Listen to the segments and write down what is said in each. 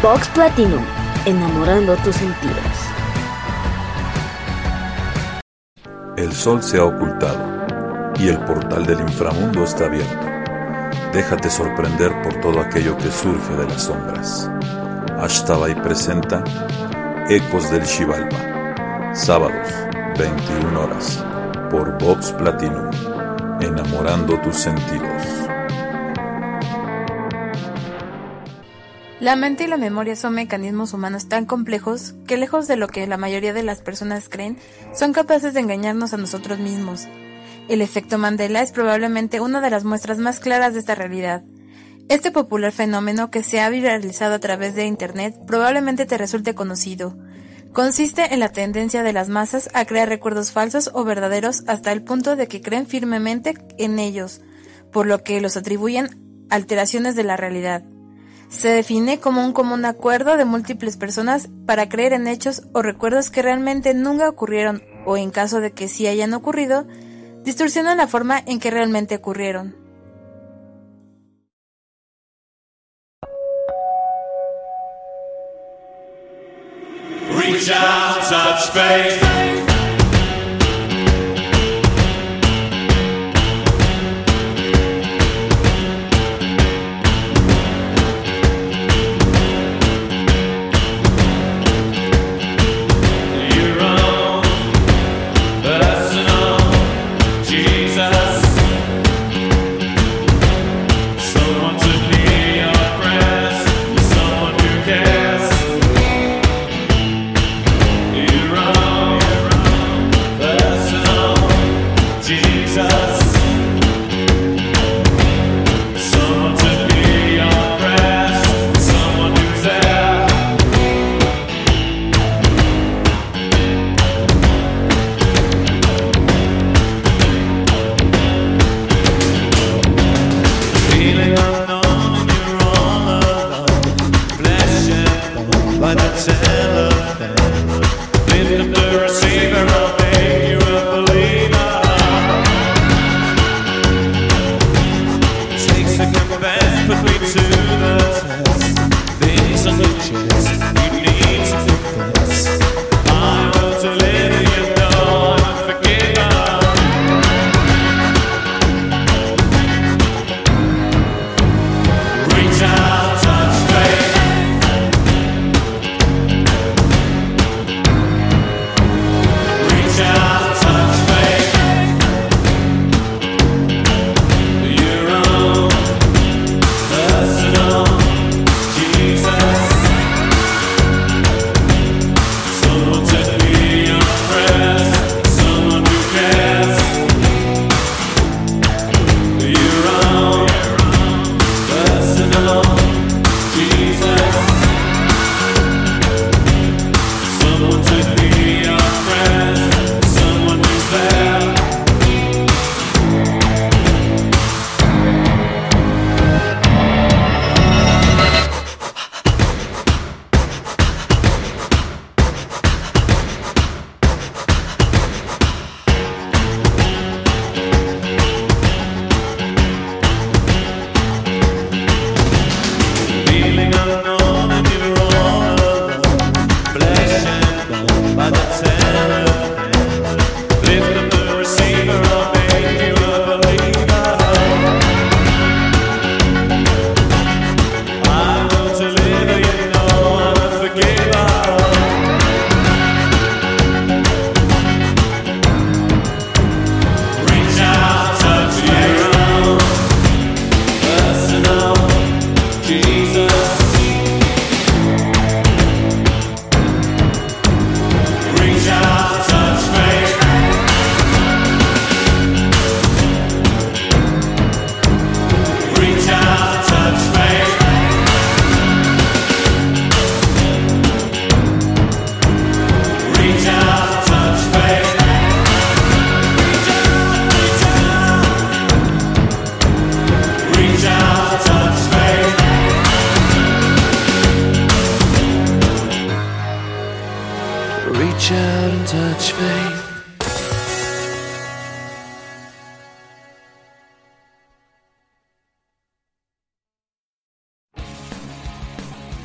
Vox Platinum, enamorando tus sentidos. El sol se ha ocultado y el portal del inframundo está abierto. Déjate sorprender por todo aquello que surge de las sombras. Ashtabai presenta Ecos del Xibalba, sábados, 21 horas, por Vox Platinum, enamorando tus sentidos. La mente y la memoria son mecanismos humanos tan complejos que, lejos de lo que la mayoría de las personas creen, son capaces de engañarnos a nosotros mismos. El efecto Mandela es probablemente una de las muestras más claras de esta realidad. Este popular fenómeno, que se ha viralizado a través de Internet, probablemente te resulte conocido. Consiste en la tendencia de las masas a crear recuerdos falsos o verdaderos hasta el punto de que creen firmemente en ellos, por lo que los atribuyen alteraciones de la realidad. Se define como un común acuerdo de múltiples personas para creer en hechos o recuerdos que realmente nunca ocurrieron, o en caso de que sí hayan ocurrido, distorsionan la forma en que realmente ocurrieron. Reach out, touch faith. Personal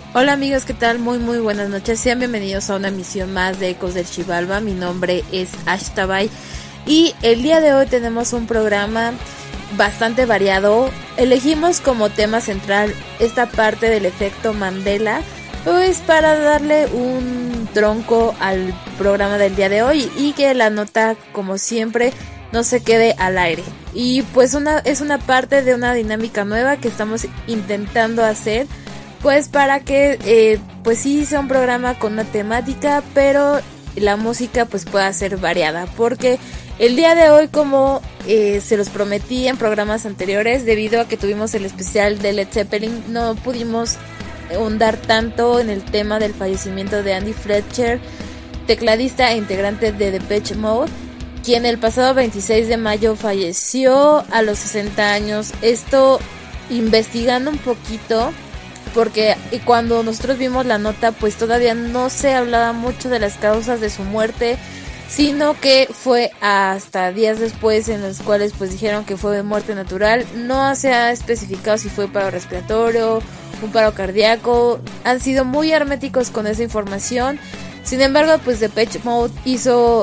Hola amigos, ¿qué tal? Muy buenas noches. Sean bienvenidos a una emisión más de Ecos del Xibalba. Mi nombre es Ashtabay y el día de hoy tenemos un programa bastante variado. Elegimos como tema central esta parte del efecto Mandela, pues para darle un tronco al programa del día de hoy y que la nota, como siempre, no se quede al aire. Y pues es una parte de una dinámica nueva que estamos intentando hacer, pues para que pues sí sea un programa con una temática, pero la música pues pueda ser variada, porque el día de hoy, como se los prometí en programas anteriores, debido a que tuvimos el especial de Led Zeppelin, no pudimos ahondar tanto en el tema del fallecimiento de Andy Fletcher, tecladista e integrante de Depeche Mode, quien el pasado 26 de mayo falleció a los 60 años. Esto investigando un poquito, porque cuando nosotros vimos la nota, pues todavía no se hablaba mucho de las causas de su muerte, sino que fue hasta días después en los cuales pues dijeron que fue de muerte natural. No se ha especificado si fue paro respiratorio, un paro cardíaco. Han sido muy herméticos con esa información. Sin embargo, pues Depeche Mode hizo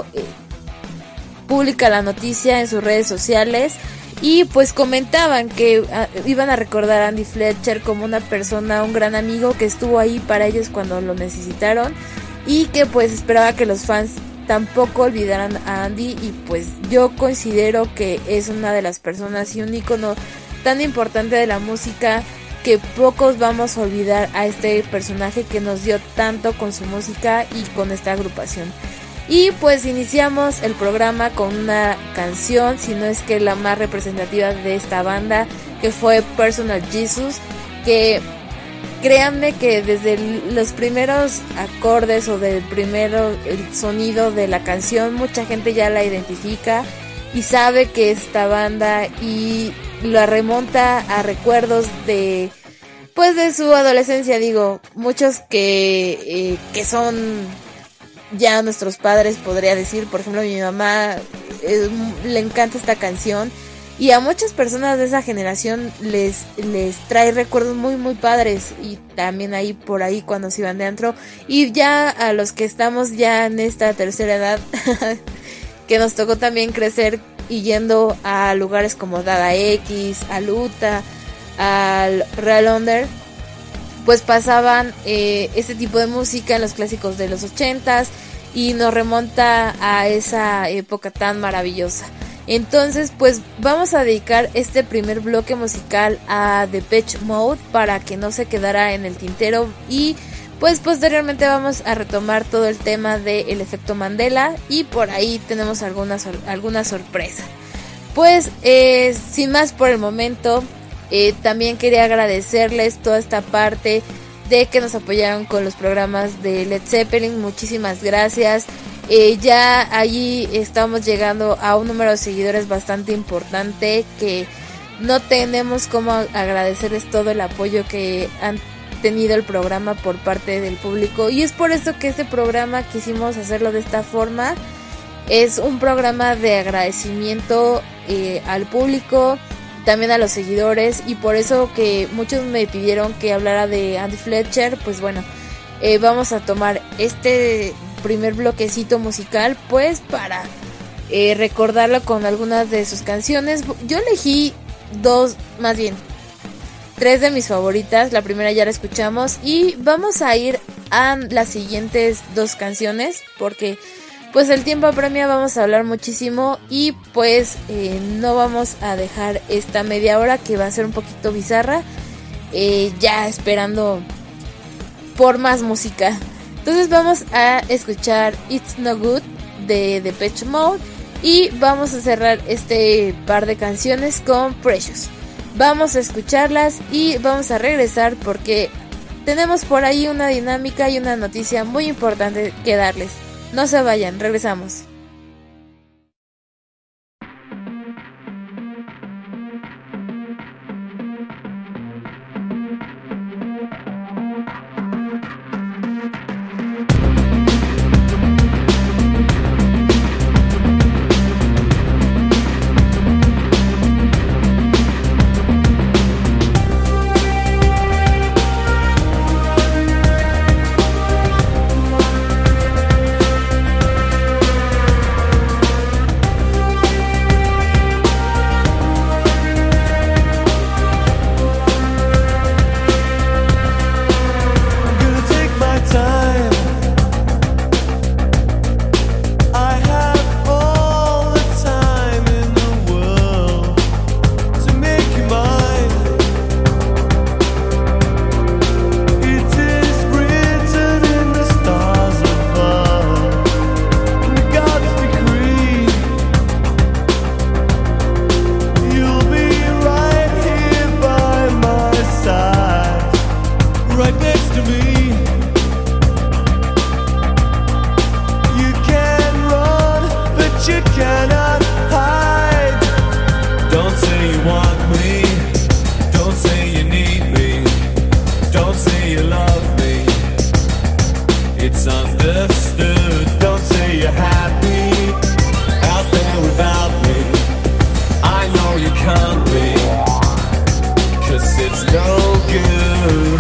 pública la noticia en sus redes sociales y pues comentaban que iban a recordar a Andy Fletcher como una persona, un gran amigo que estuvo ahí para ellos cuando lo necesitaron, y que pues esperaba que los fans tampoco olvidaran a Andy. Y pues yo considero que es una de las personas y un ícono tan importante de la música que pocos vamos a olvidar a este personaje que nos dio tanto con su música y con esta agrupación. Y pues iniciamos el programa con una canción, si no es que la más representativa de esta banda, que fue Personal Jesus, que créanme que desde los primeros acordes o del primero el sonido de la canción, mucha gente ya la identifica y sabe que es esta banda y la remonta a recuerdos de pues de su adolescencia. Digo, muchos que son ya nuestros padres, podría decir. Por ejemplo, a mi mamá le encanta esta canción, y a muchas personas de esa generación les trae recuerdos muy padres, y también ahí por ahí cuando se iban de antro. Y ya a los que estamos ya en esta tercera edad que nos tocó también crecer y yendo a lugares como Dada X, al Uta, al Real Under, pues pasaban este tipo de música en los clásicos de los 80s y nos remonta a esa época tan maravillosa. Entonces pues vamos a dedicar este primer bloque musical a Depeche Mode para que no se quedara en el tintero, y pues posteriormente vamos a retomar todo el tema del efecto Mandela y por ahí tenemos alguna sorpresa. Pues sin más por el momento, también quería agradecerles toda esta parte de que nos apoyaron con los programas de Led Zeppelin. Muchísimas gracias. Ya allí estamos llegando a un número de seguidores bastante importante, que no tenemos cómo agradecerles todo el apoyo que han tenido el programa por parte del público, y es por eso que este programa quisimos hacerlo de esta forma. Es un programa de agradecimiento al público, también a los seguidores, y por eso que muchos me pidieron que hablara de Andy Fletcher. Pues bueno, vamos a tomar este primer bloquecito musical pues para recordarlo con algunas de sus canciones. Yo elegí tres de mis favoritas. La primera ya la escuchamos y vamos a ir a las siguientes dos canciones porque pues el tiempo apremia, vamos a hablar muchísimo y pues no vamos a dejar esta media hora que va a ser un poquito bizarra, ya esperando por más música. Entonces vamos a escuchar It's No Good de Depeche Mode y vamos a cerrar este par de canciones con Precious. Vamos a escucharlas y vamos a regresar porque tenemos por ahí una dinámica y una noticia muy importante que darles. No se vayan, regresamos. say you love me, it's understood. Don't say you're happy out there without me. I know you can't be, 'cause it's no good.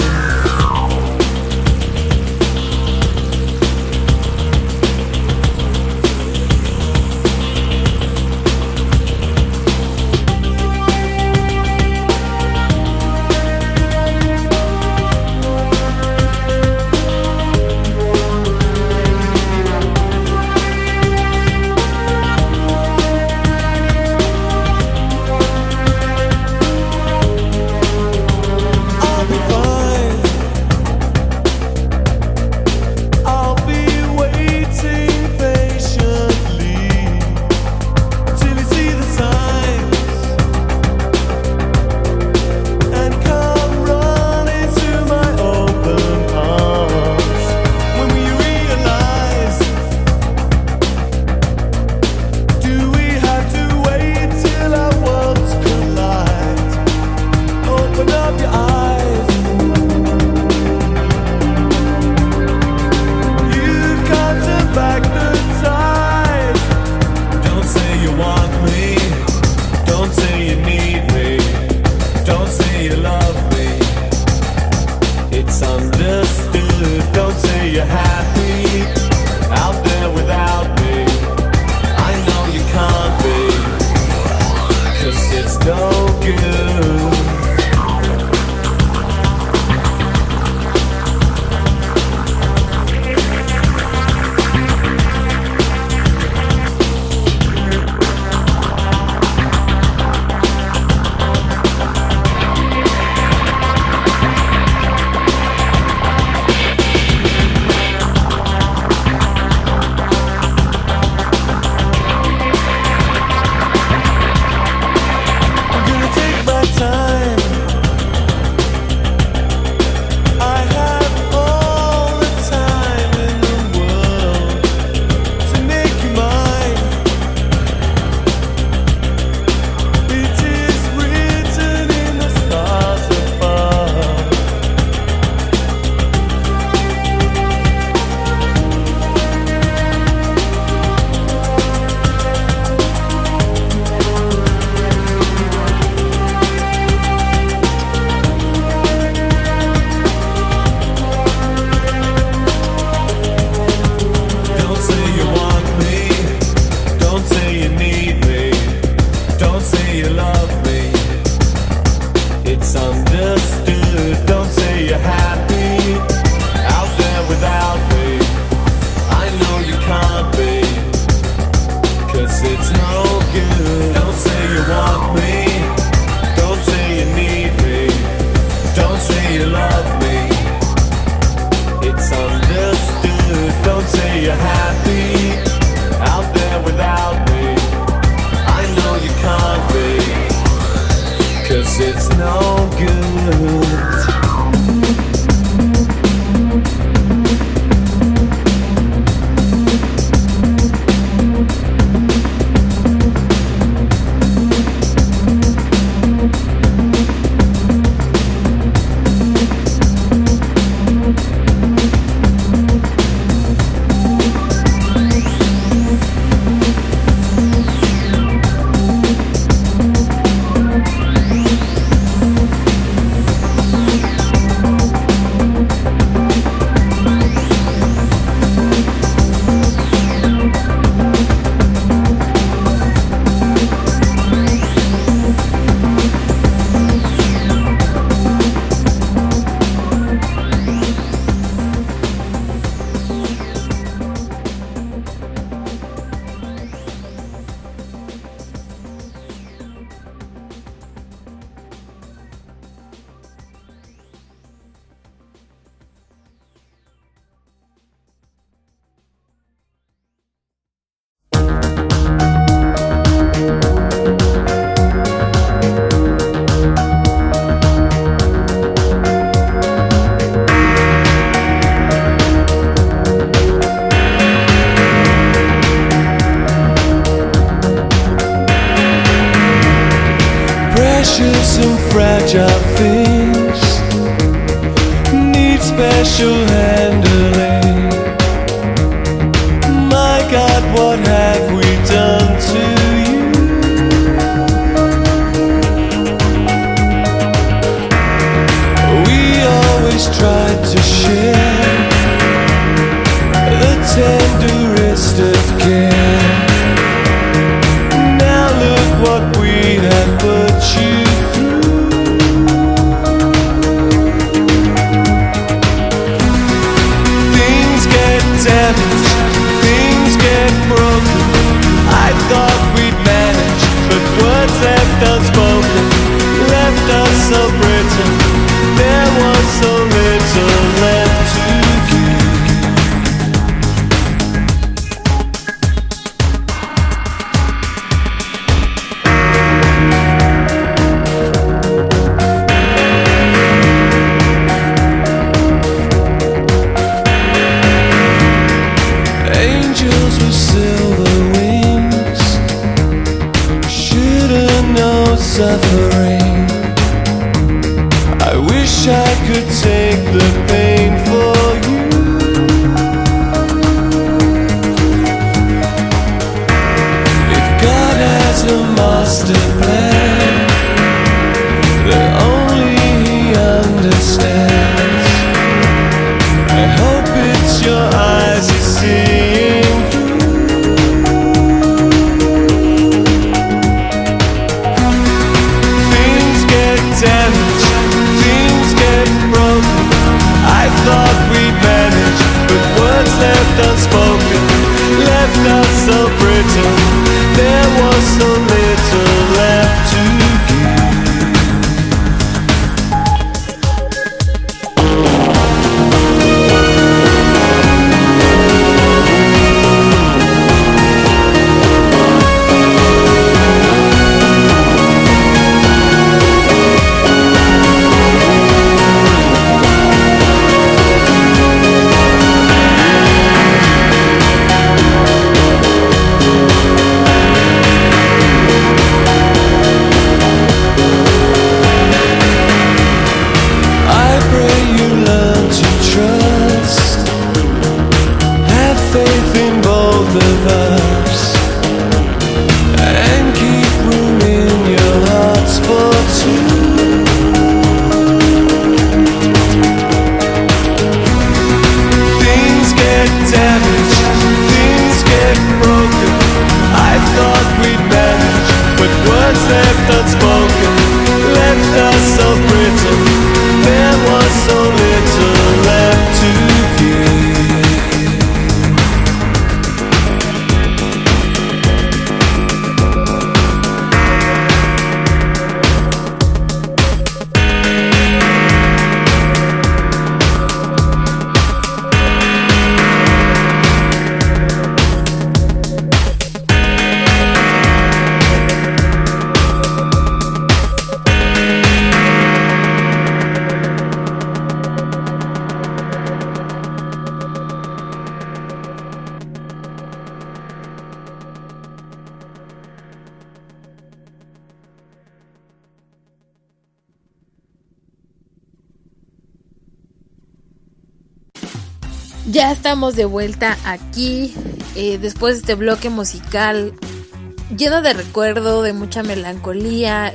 precious and fragile things need special handling. My God, what have we done to you? We always tried to share the tenderest of care. Now look what we have put you through. Things get damaged, things get broken. I thought we'd manage, but words left unspoken left us so brittle. There was so little left to give. Angels with silver wings shouldn't know suffering. I wish I could take the pain for you. If God has a master plan that only He understands, I hope it's your eyes He's seeing through. Things get damaged, things get broken. I thought we'd manage, but words left unspoken left us so brittle. There was so little left to give. I pray you learn to trust, have faith in both of us, and keep room in your hearts for two. Things get damaged, things get broken. I thought we'd manage, but words left unspoken left us so brittle. There was so little left to give. Ya estamos de vuelta aquí, después de este bloque musical lleno de recuerdo, de mucha melancolía.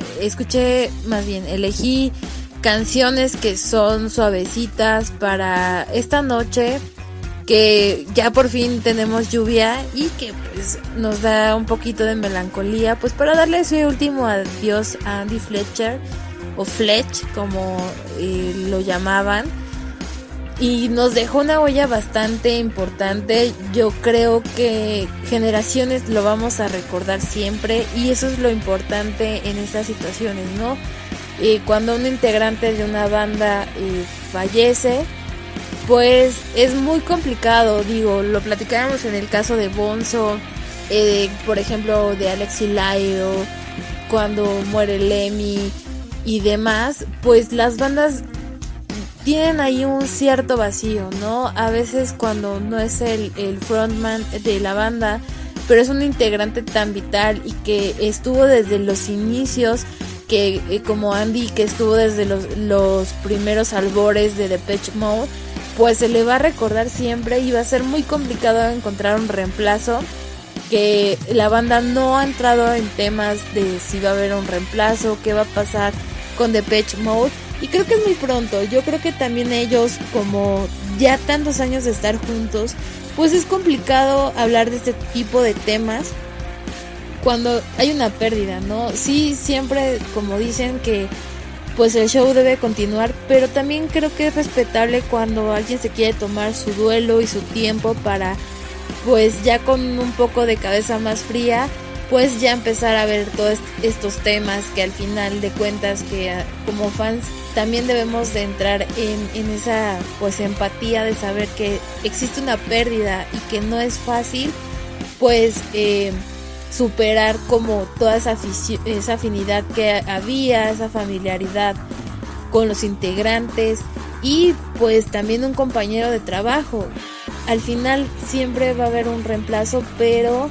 Elegí canciones que son suavecitas para esta noche, que ya por fin tenemos lluvia y que pues nos da un poquito de melancolía, pues para darle su último adiós a Andy Fletcher, o Fletch como lo llamaban. Y nos dejó una huella bastante importante. Yo creo que generaciones lo vamos a recordar siempre, y eso es lo importante en estas situaciones, ¿no? Cuando un integrante de una banda fallece, pues es muy complicado. Digo, lo platicábamos en el caso de Bonzo, por ejemplo, de Alexi Laiho, cuando muere Lemmy y demás. Pues las bandas tienen ahí un cierto vacío, ¿no? A veces cuando no es el frontman de la banda, pero es un integrante tan vital y que estuvo desde los inicios, que como Andy, que estuvo desde los primeros albores de Depeche Mode, pues se le va a recordar siempre y va a ser muy complicado encontrar un reemplazo, que la banda no ha entrado en temas de si va a haber un reemplazo, qué va a pasar con Depeche Mode, y creo que es muy pronto. Yo creo que también ellos, como ya tantos años de estar juntos, pues es complicado hablar de este tipo de temas cuando hay una pérdida, ¿no? Sí, siempre como dicen que pues el show debe continuar, pero también creo que es respetable cuando alguien se quiere tomar su duelo y su tiempo para, pues ya con un poco de cabeza más fría, pues ya empezar a ver todos estos temas que al final de cuentas, que como fans también debemos de entrar en esa pues empatía de saber que existe una pérdida y que no es fácil pues superar como toda esa afinidad que había, esa familiaridad con los integrantes y pues también un compañero de trabajo. Al final siempre va a haber un reemplazo, pero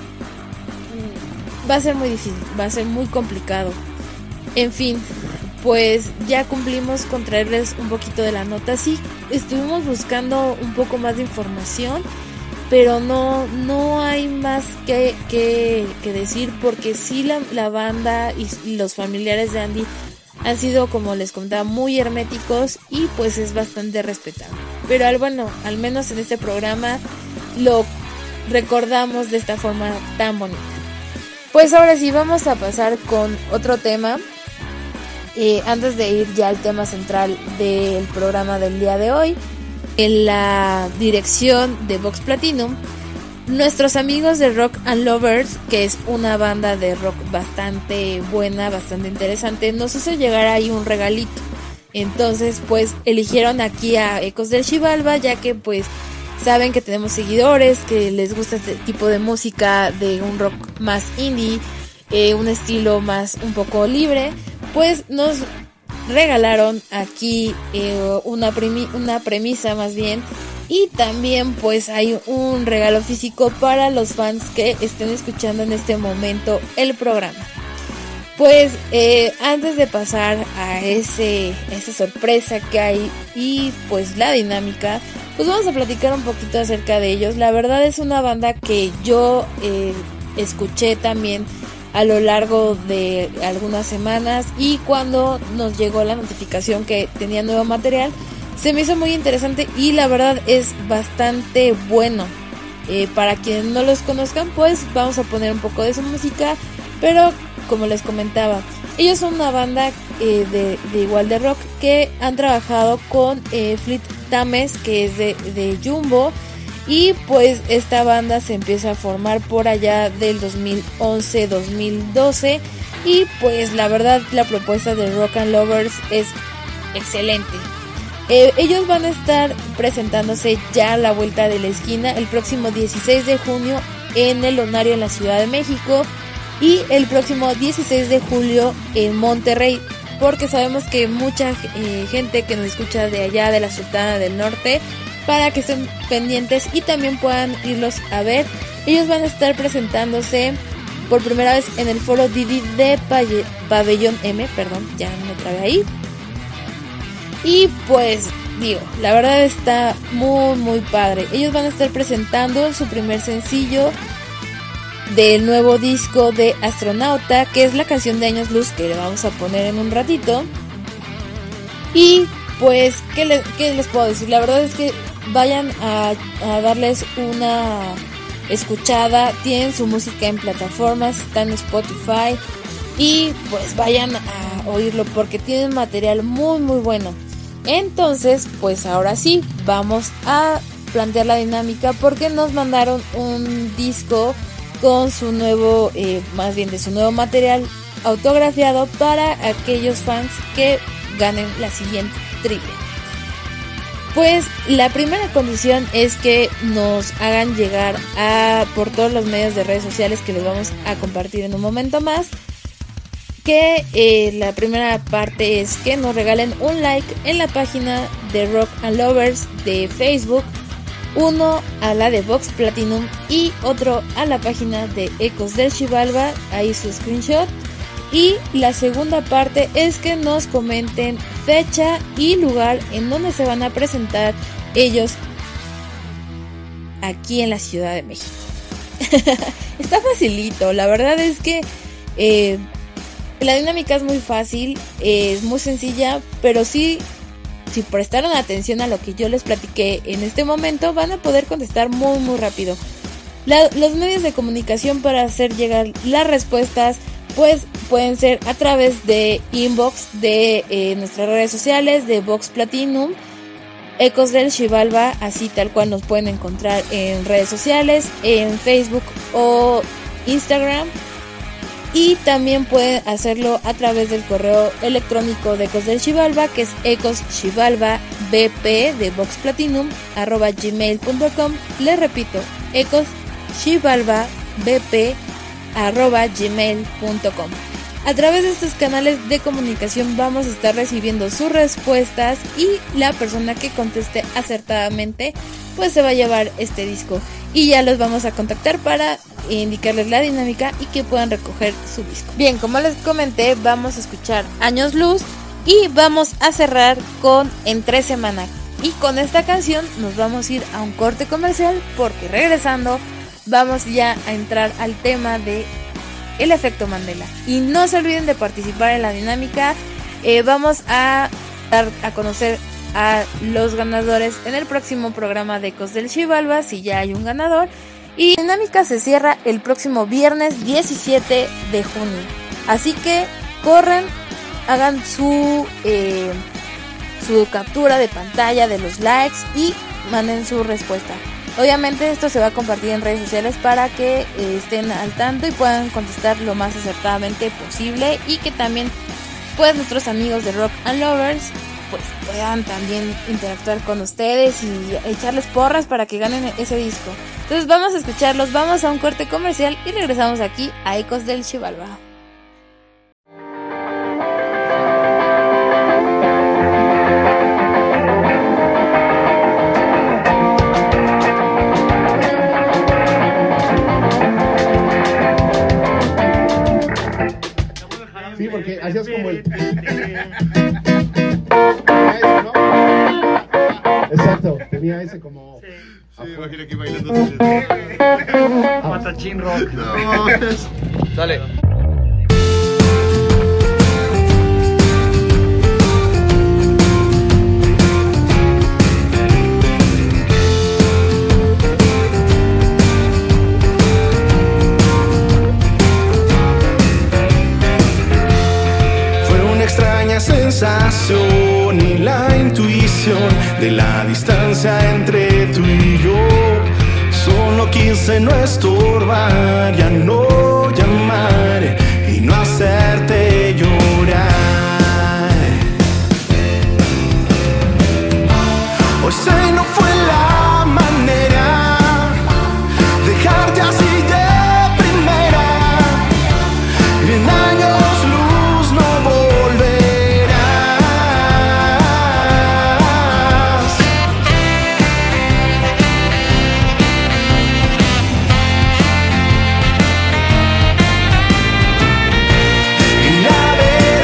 va a ser muy difícil, va a ser muy complicado. En fin, pues ya cumplimos con traerles un poquito de la nota. Sí, estuvimos buscando un poco más de información, pero no hay más que decir, porque sí la banda y los familiares de Andy han sido, como les contaba, muy herméticos y pues es bastante respetable. Pero al menos en este programa lo recordamos de esta forma tan bonita. Pues ahora sí, vamos a pasar con otro tema. Antes de ir ya al tema central del programa del día de hoy, en la dirección de Vox Platinum, nuestros amigos de Rock and Lovers, que es una banda de rock bastante buena, bastante interesante, nos hizo llegar ahí un regalito. Entonces pues eligieron aquí a Ecos del Xibalba, ya que pues saben que tenemos seguidores que les gusta este tipo de música, de un rock más indie, un estilo más un poco libre. Pues nos regalaron aquí una premisa más bien, y también pues hay un regalo físico para los fans que estén escuchando en este momento el programa. Pues antes de pasar a esa sorpresa que hay y pues la dinámica, pues vamos a platicar un poquito acerca de ellos. La verdad es una banda que yo escuché también a lo largo de algunas semanas, y cuando nos llegó la notificación que tenía nuevo material, se me hizo muy interesante y la verdad es bastante bueno. Para quienes no los conozcan, pues vamos a poner un poco de su música, pero como les comentaba, ellos son una banda de igual de rock que han trabajado con Fleet Tames, que es de Jumbo. Y pues esta banda se empieza a formar por allá del 2011-2012. Y pues la verdad la propuesta de Rock and Lovers es excelente. Ellos van a estar presentándose ya a la vuelta de la esquina el próximo 16 de junio en el Lonario en la Ciudad de México, y el próximo 16 de julio en Monterrey, porque sabemos que mucha gente que nos escucha de allá de la Sultana del Norte, para que estén pendientes y también puedan irlos a ver. Ellos van a estar presentándose por primera vez en el foro Didi de Pabellón M, ya me trabé ahí. Y pues digo, la verdad está muy muy padre. Ellos van a estar presentando su primer sencillo del nuevo disco de Astronauta, que es la canción de Años Luz, que le vamos a poner en un ratito. Y pues, ¿qué les puedo decir? La verdad es que vayan a darles una escuchada. Tienen su música en plataformas, está en Spotify, y pues vayan a oírlo porque tienen material muy muy bueno. Entonces pues ahora sí, vamos a plantear la dinámica, porque nos mandaron un disco con su nuevo, más bien de su nuevo material autografiado, para aquellos fans que ganen la siguiente trivia. Pues la primera condición es que nos hagan llegar por todos los medios de redes sociales que les vamos a compartir en un momento más, que la primera parte es que nos regalen un like en la página de Rock and Lovers de Facebook, uno a la de Vox Platinum y otro a la página de Ecos del Xibalba, ahí su screenshot. Y la segunda parte es que nos comenten fecha y lugar en donde se van a presentar ellos aquí en la Ciudad de México. Está facilito, la verdad es que la dinámica es muy fácil, es muy sencilla, pero si prestaron atención a lo que yo les platiqué en este momento, van a poder contestar muy muy rápido. Los medios de comunicación para hacer llegar las respuestas pues pueden ser a través de inbox de nuestras redes sociales, de Vox Platinum, Ecos del Xibalba, así tal cual nos pueden encontrar en redes sociales, en Facebook o Instagram. Y también pueden hacerlo a través del correo electrónico de Ecos del Xibalba, que es ecosxibalbabp de Vox Platinum @gmail.com. Les repito, ecosxibalbabp@gmail.com. A través de estos canales de comunicación vamos a estar recibiendo sus respuestas y la persona que conteste acertadamente pues se va a llevar este disco. Y ya los vamos a contactar para indicarles la dinámica y que puedan recoger su disco. Bien, como les comenté, vamos a escuchar Años Luz y vamos a cerrar con En 3 Semanas. Y con esta canción nos vamos a ir a un corte comercial porque regresando vamos ya a entrar al tema de el efecto Mandela. Y no se olviden de participar en la dinámica. Vamos a dar a conocer a los ganadores en el próximo programa de Ecos del Xibalba, si ya hay un ganador. Y la dinámica se cierra el próximo viernes 17 de junio. Así que corran, hagan su captura de pantalla de los likes y manden su respuesta. Obviamente esto se va a compartir en redes sociales para que estén al tanto y puedan contestar lo más acertadamente posible, y que también pues nuestros amigos de Rock and Lovers pues puedan también interactuar con ustedes y echarles porras para que ganen ese disco. Entonces vamos a escucharlos, vamos a un corte comercial y regresamos aquí a Ecos del Xibalba. Sí, porque hacías como el... Exacto, tenía ese como... Sí, imagino que bailando. Patachín rock. No, Dale. Fue una extraña sensación y la intuición de la distancia entre tú y yo. Solo quise no estorbar, ya no llamar y no hacerte llorar. Hoy sé no fue la manera dejarte así de primera, y en años luz no volverás. Y la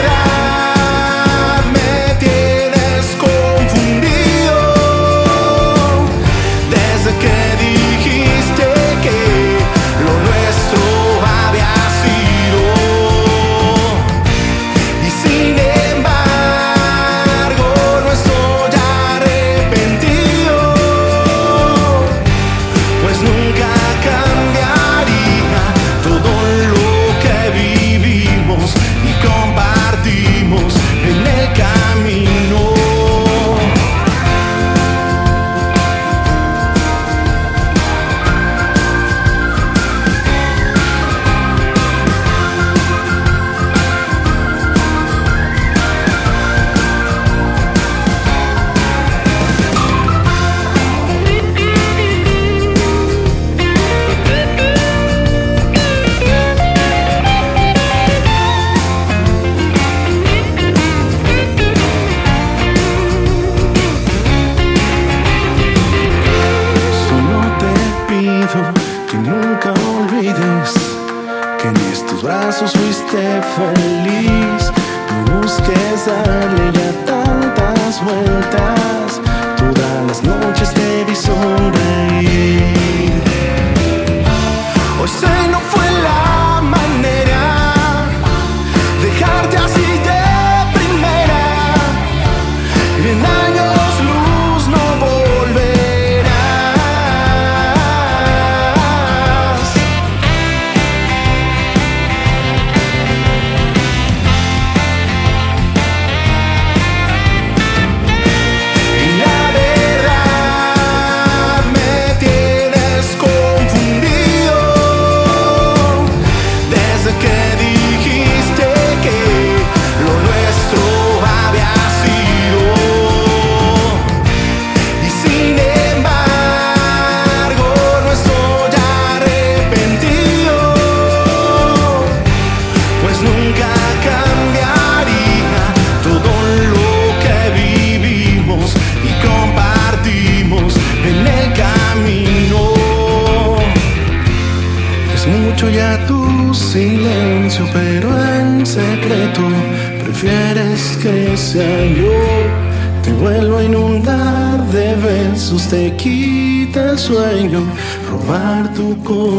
prefieres que sea yo, te vuelvo a inundar de besos, te quita el sueño, robar tu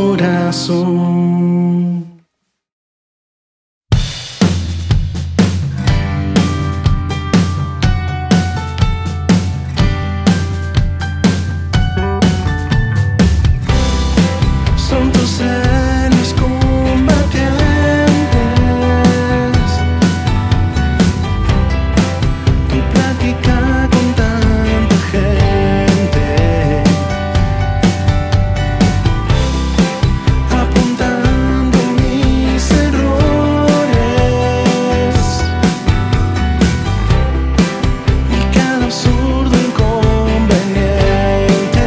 corazón. Son tus celos combatientes, tu plática con tanta gente, apuntando mis errores y cada absurdo inconveniente.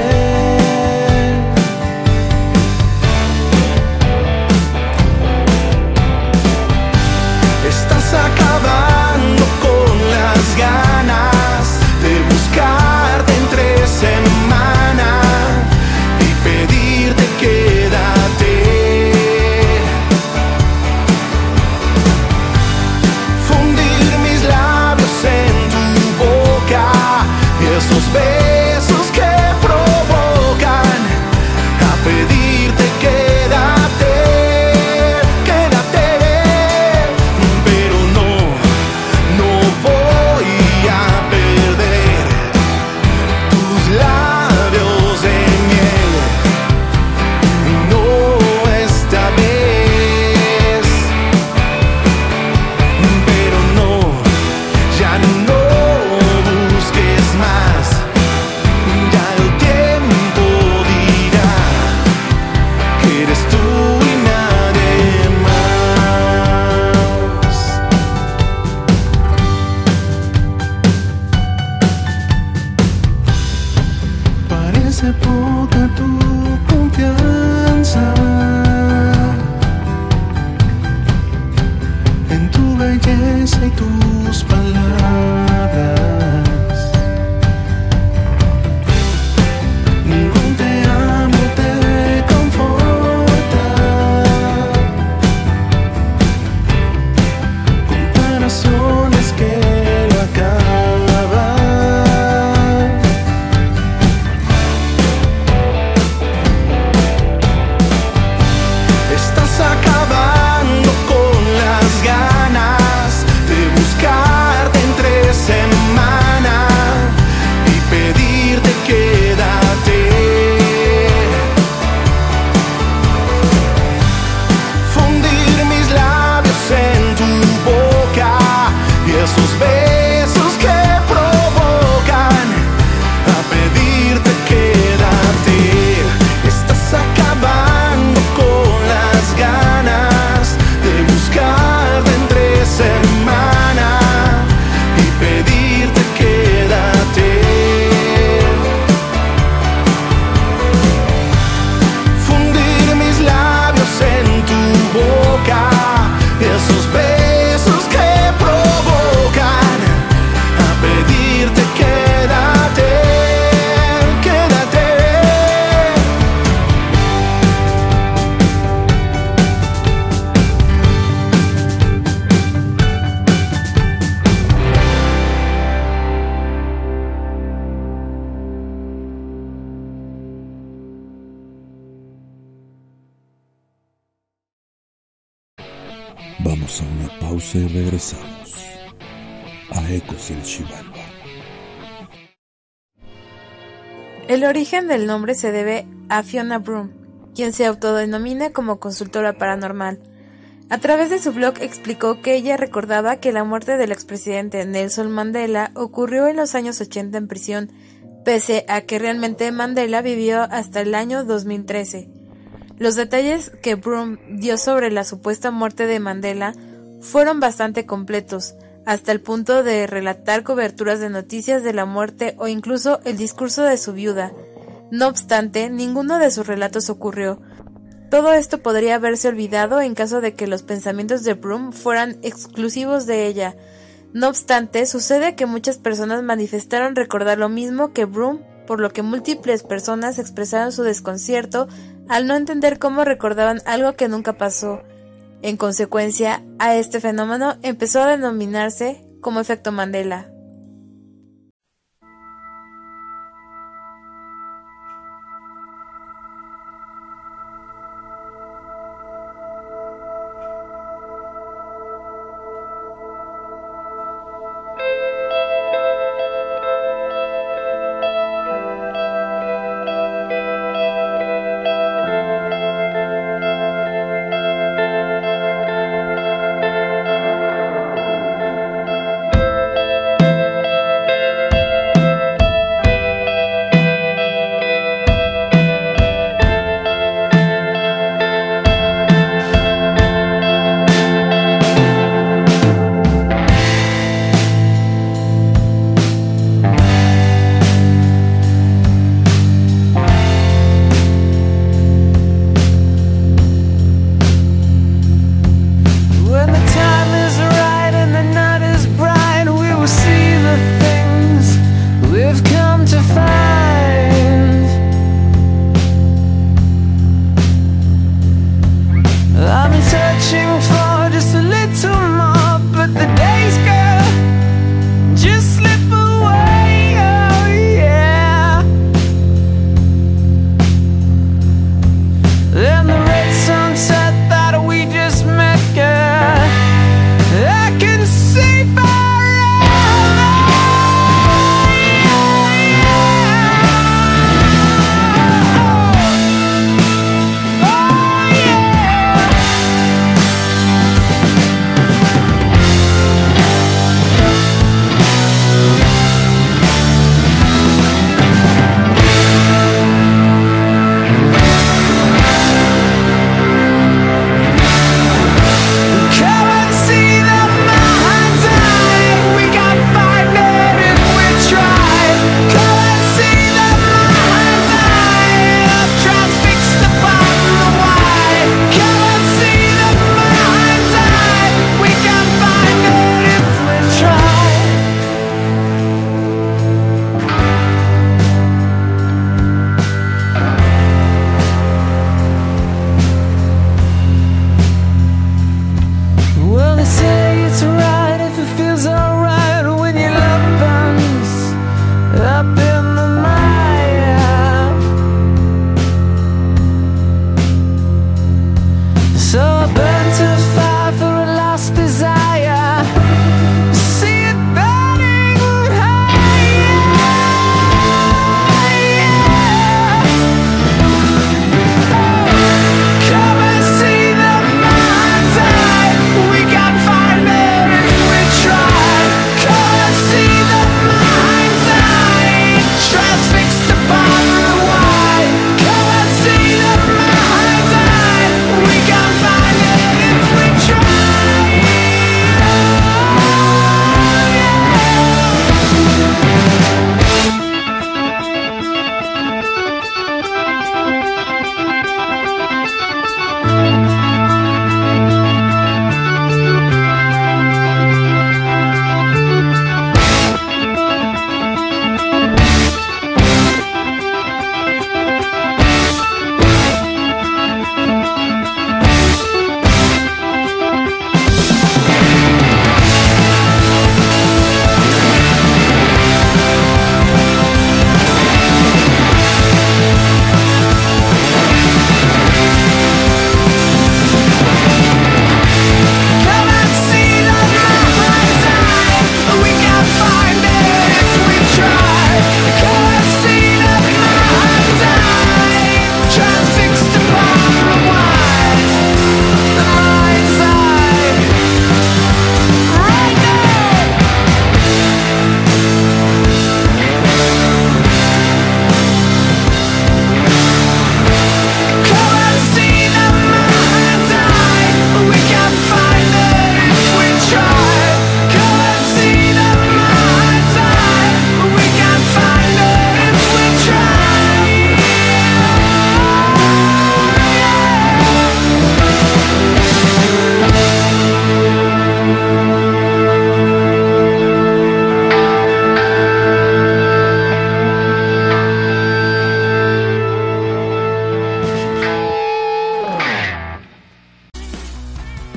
Estás acabando con las ganas de buscarte entre semana y pedirte quédate. Fundir mis labios en tu boca y esos besos que provocan a pedirte quédate, quédate. Pero no voy a perder tus labios de miel, no esta vez. Pero no, ya no busques más, ya el tiempo dirá que eres tú y nadie más. Parece poca tu confianza en tu belleza y tus palabras. Ningún te amo te conforta. Comparaciones que no acaban. Estás acabando con las ganas de buscarte entre semana y pedirte quédate. Fundir mis labios en tu boca y esos besos que provocan a pedirte quédate. Estás acabando con las ganas de buscarte entre semana y pedirte quédate. Fundir mis labios en tu boca y esos besos que provocan a pedirte quédate, quédate. Vamos a una pausa y regresamos a Ecos del Xibalbá. El origen del nombre se debe a Fiona Broome, quien se autodenomina como consultora paranormal. A través de su blog explicó que ella recordaba que la muerte del expresidente Nelson Mandela ocurrió en los años 80 en prisión, pese a que realmente Mandela vivió hasta el año 2013. Los detalles que Broome dio sobre la supuesta muerte de Mandela fueron bastante completos, hasta el punto de relatar coberturas de noticias de la muerte o incluso el discurso de su viuda. No obstante, ninguno de sus relatos ocurrió. Todo esto podría haberse olvidado en caso de que los pensamientos de Broome fueran exclusivos de ella. No obstante, sucede que muchas personas manifestaron recordar lo mismo que Broome, por lo que múltiples personas expresaron su desconcierto al no entender cómo recordaban algo que nunca pasó. En consecuencia, a este fenómeno empezó a denominarse como efecto Mandela.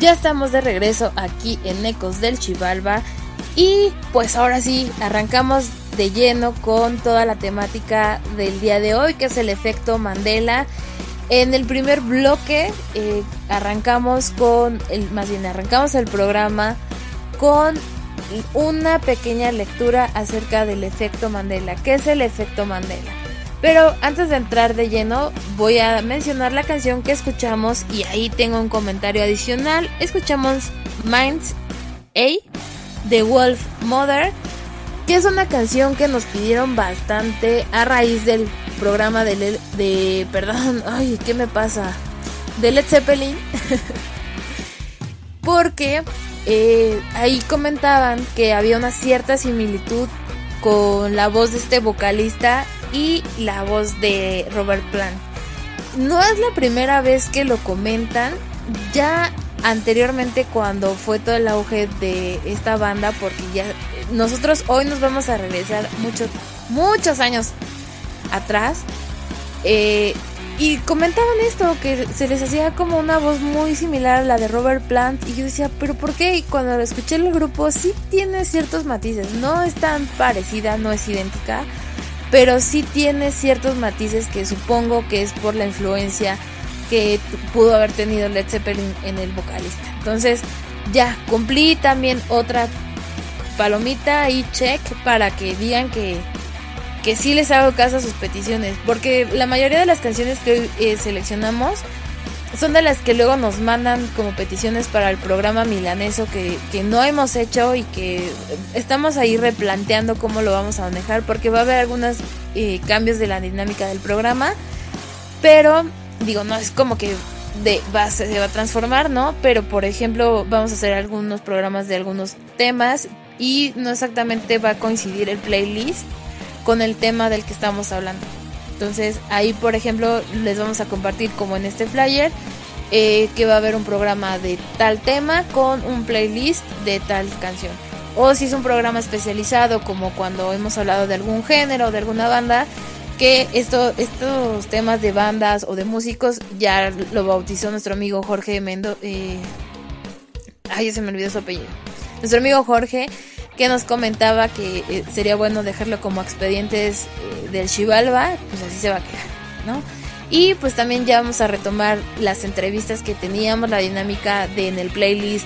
Ya estamos de regreso aquí en Ecos del Xibalba y pues ahora sí, arrancamos de lleno con toda la temática del día de hoy, que es el efecto Mandela. En el primer bloque arrancamos el programa con una pequeña lectura acerca del efecto Mandela. ¿Qué es el efecto Mandela? Pero antes de entrar de lleno, voy a mencionar la canción que escuchamos y ahí tengo un comentario adicional. Escuchamos Minds A de Wolf Mother, que es una canción que nos pidieron bastante a raíz del programa de Led Zeppelin. Porque ahí comentaban que había una cierta similitud con la voz de este vocalista y la voz de Robert Plant. No es la primera vez que lo comentan, ya anteriormente cuando fue todo el auge de esta banda, porque ya nosotros hoy nos vamos a regresar muchos años atrás, y comentaban esto, que se les hacía como una voz muy similar a la de Robert Plant, y yo decía, ¿pero por qué? Y cuando lo escuché en el grupo, sí tiene ciertos matices, no es tan parecida, no es idéntica, pero sí tiene ciertos matices que supongo que es por la influencia que pudo haber tenido Led Zeppelin en el vocalista. Entonces ya cumplí también otra palomita y check para que digan que sí les hago caso a sus peticiones, porque la mayoría de las canciones que hoy seleccionamos son de las que luego nos mandan como peticiones para el programa milaneso que no hemos hecho y que estamos ahí replanteando cómo lo vamos a manejar, porque va a haber algunos cambios de la dinámica del programa, pero digo, no es como que se va a transformar, ¿no? Pero por ejemplo vamos a hacer algunos programas de algunos temas y no exactamente va a coincidir el playlist con el tema del que estamos hablando. Entonces ahí por ejemplo les vamos a compartir, como en este flyer, que va a haber un programa de tal tema con un playlist de tal canción, o si es un programa especializado como cuando hemos hablado de algún género o de alguna banda, que estos temas de bandas o de músicos ya lo bautizó nuestro amigo Jorge ya se me olvidó su apellido, nuestro amigo Jorge, que nos comentaba que sería bueno dejarlo como expedientes del Xibalba, pues así se va a quedar, ¿no? Y pues también ya vamos a retomar las entrevistas que teníamos, la dinámica en el playlist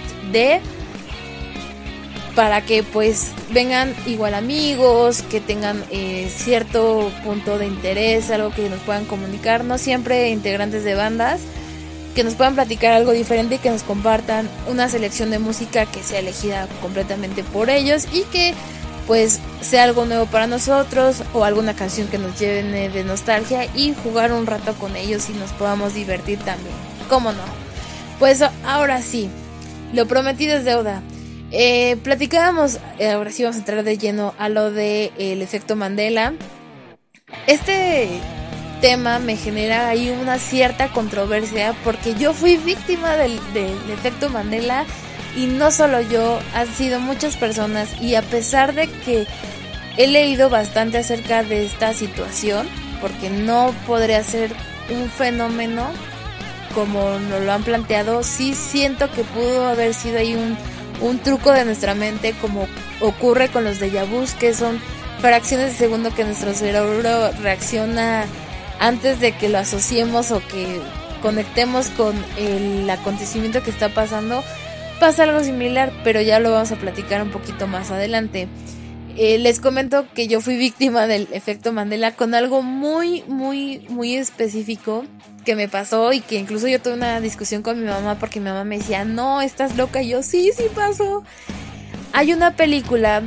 para que pues vengan igual amigos, que tengan cierto punto de interés, algo que nos puedan comunicar, no siempre integrantes de bandas, que nos puedan platicar algo diferente y que nos compartan una selección de música que sea elegida completamente por ellos y que pues sea algo nuevo para nosotros, o alguna canción que nos lleve de nostalgia, y jugar un rato con ellos y nos podamos divertir también, ¿cómo no? Pues ahora sí, lo prometido es deuda. Platicábamos, ahora sí vamos a entrar de lleno a lo de el efecto Mandela. Este tema me genera ahí una cierta controversia, porque yo fui víctima del efecto Mandela, y no solo yo, han sido muchas personas, y a pesar de que he leído bastante acerca de esta situación, porque no podría ser un fenómeno como nos lo han planteado, sí siento que pudo haber sido ahí un truco de nuestra mente, como ocurre con los déjà vus, que son fracciones de segundo que nuestro cerebro reacciona antes de que lo asociemos o que conectemos con el acontecimiento que está pasando. Pasa algo similar, pero ya lo vamos a platicar un poquito más adelante. Les comento que yo fui víctima del efecto Mandela con algo muy, muy, muy específico que me pasó, y que incluso yo tuve una discusión con mi mamá, porque mi mamá me decía, no, estás loca, y yo, sí pasó. Hay una película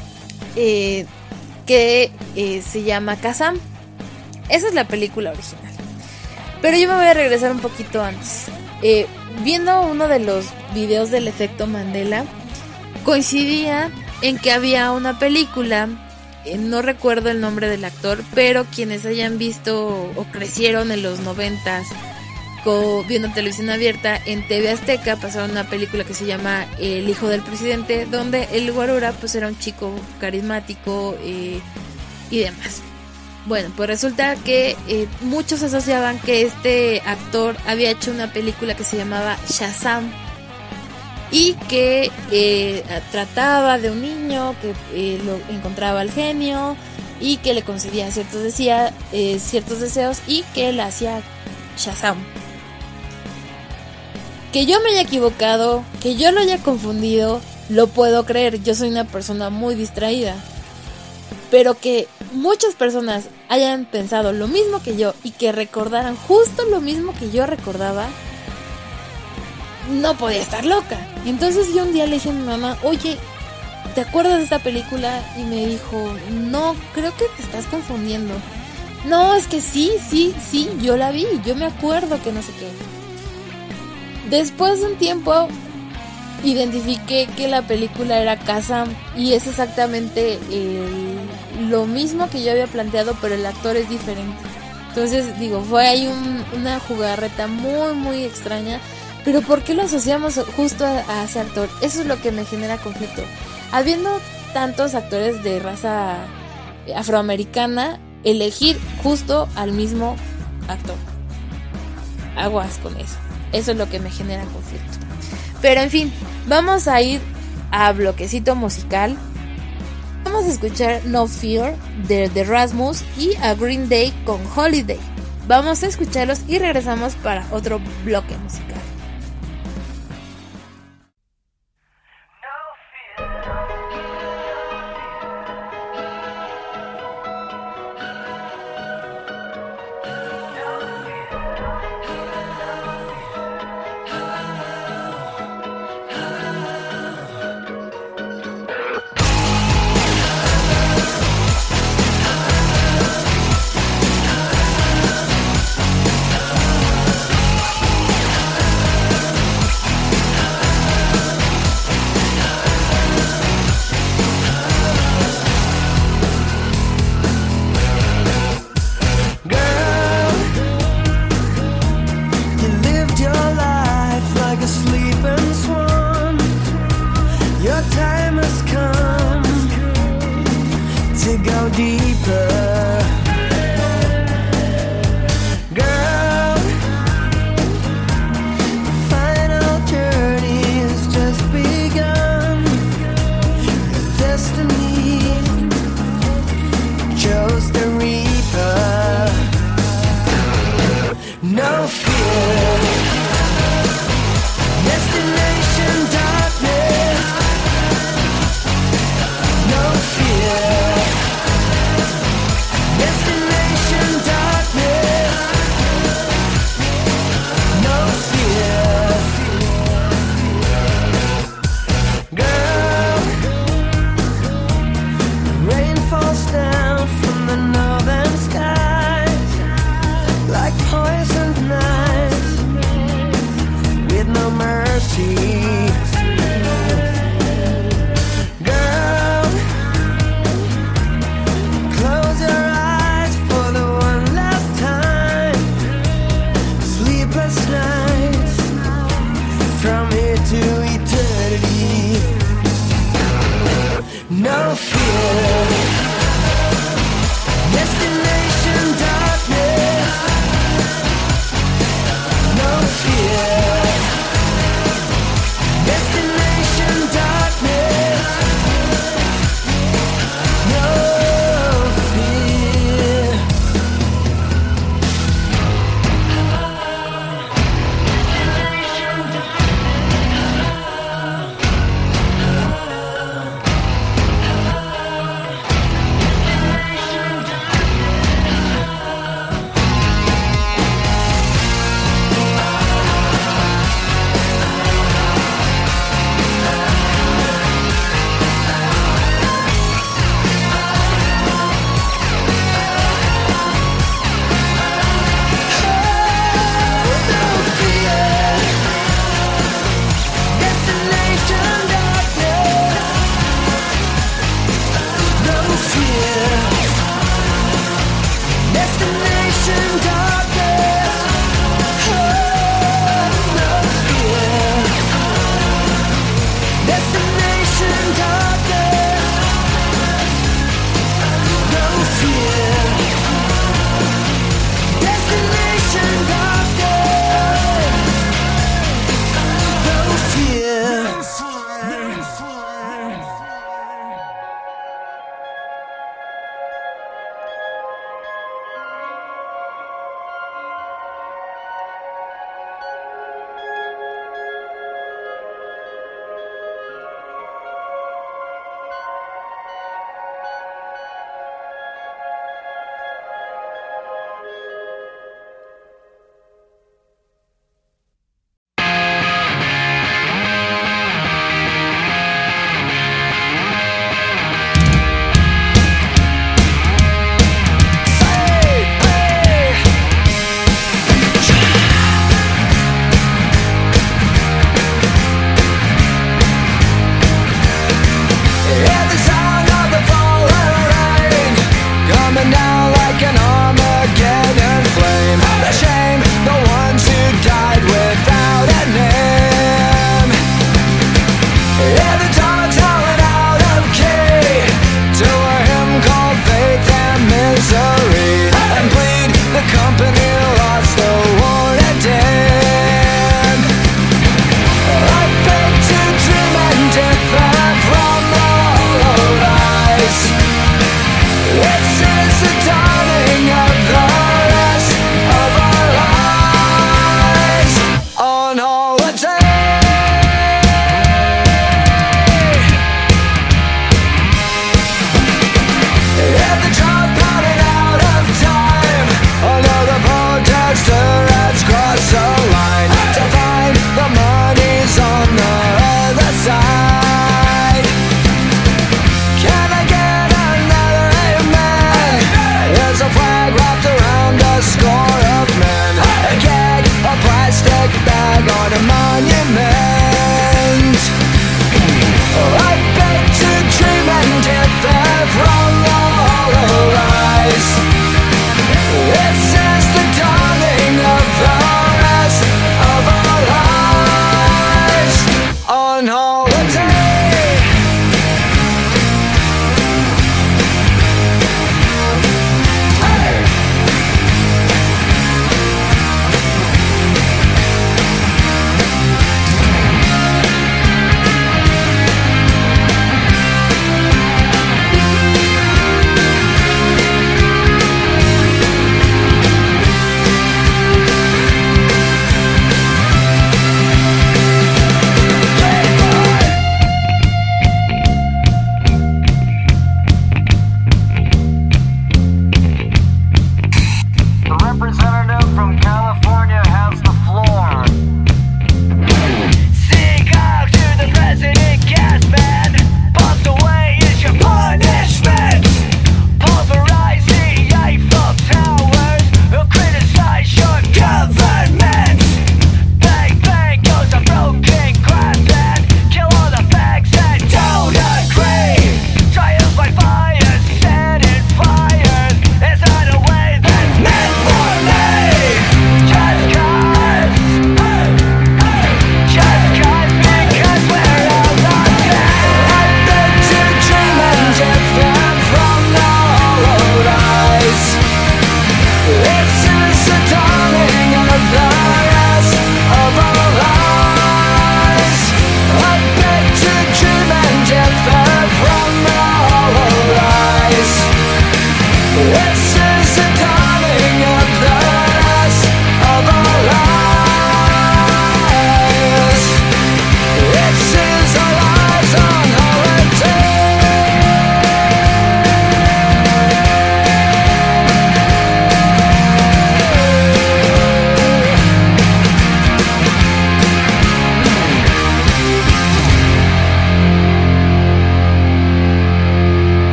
que se llama Kazam. Esa es la película original, pero yo me voy a regresar un poquito antes. Viendo uno de los videos del efecto Mandela, coincidía en que había una película, no recuerdo el nombre del actor, pero quienes hayan visto o crecieron en los 90s viendo televisión abierta, en TV Azteca pasaron una película que se llama El hijo del presidente, donde el guarura pues era un chico carismático y demás. Bueno, pues resulta que muchos asociaban que este actor había hecho una película que se llamaba Shazam, y que trataba de un niño que lo encontraba al genio y que le concedía ciertos deseos y que le hacía Shazam. Que yo me haya equivocado, que yo lo haya confundido, lo puedo creer. Yo soy una persona muy distraída. Pero que muchas personas hayan pensado lo mismo que yo y que recordaran justo lo mismo que yo recordaba, no podía estar loca. Entonces yo un día le dije a mi mamá, oye, ¿te acuerdas de esta película? Y me dijo, no, creo que te estás confundiendo. No, es que sí, yo la vi, yo me acuerdo que no sé qué. Después de un tiempo identifiqué que la película era Kazam y es exactamente lo mismo que yo había planteado, pero el actor es diferente. Entonces digo, fue ahí una jugarreta muy muy extraña. Pero ¿por qué lo asociamos justo a ese actor? Eso es lo que me genera conflicto. Habiendo tantos actores de raza afroamericana, elegir justo al mismo actor. Aguas con eso. Eso es lo que me genera conflicto. Pero en fin, vamos a ir a bloquecito musical. Vamos a escuchar No Fear de The Rasmus y a Green Day con Holiday. Vamos a escucharlos y regresamos para otro bloque musical.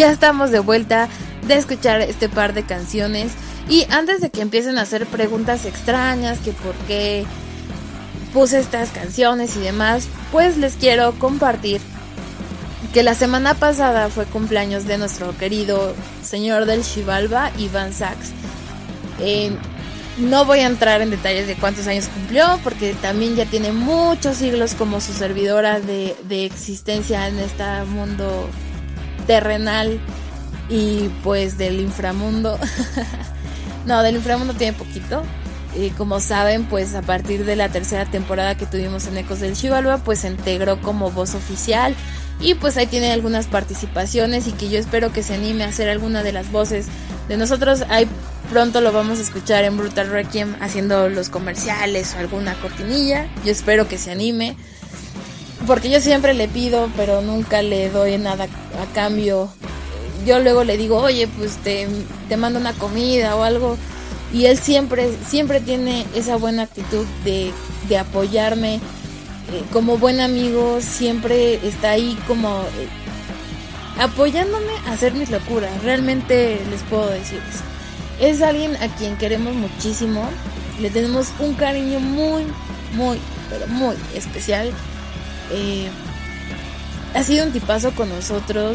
ya estamos de vuelta de escuchar este par de canciones. Y antes de que empiecen a hacer preguntas extrañas, que por qué puse estas canciones y demás, pues les quiero compartir que la semana pasada fue cumpleaños de nuestro querido señor del Xibalbá, Iván Sachs. No voy a entrar en detalles de cuántos años cumplió, porque también ya tiene muchos siglos como su servidora de existencia en este mundo terrenal y pues del inframundo. No, del inframundo tiene poquito. Como saben, pues a partir de la tercera temporada que tuvimos en Ecos del Xibalbá, pues se integró como voz oficial. Y pues ahí tiene algunas participaciones y que yo espero que se anime a hacer alguna de las voces de nosotros. Ahí pronto lo vamos a escuchar en Brutal Requiem haciendo los comerciales o alguna cortinilla. Yo espero que se anime, porque yo siempre le pido, pero nunca le doy nada a cambio. Yo luego le digo, oye, pues te mando una comida o algo. Y él siempre tiene esa buena actitud de apoyarme. Como buen amigo, siempre está ahí como apoyándome a hacer mis locuras. Realmente les puedo decir eso. Es alguien a quien queremos muchísimo. Le tenemos un cariño muy, muy, pero muy especial. Ha sido un tipazo con nosotros.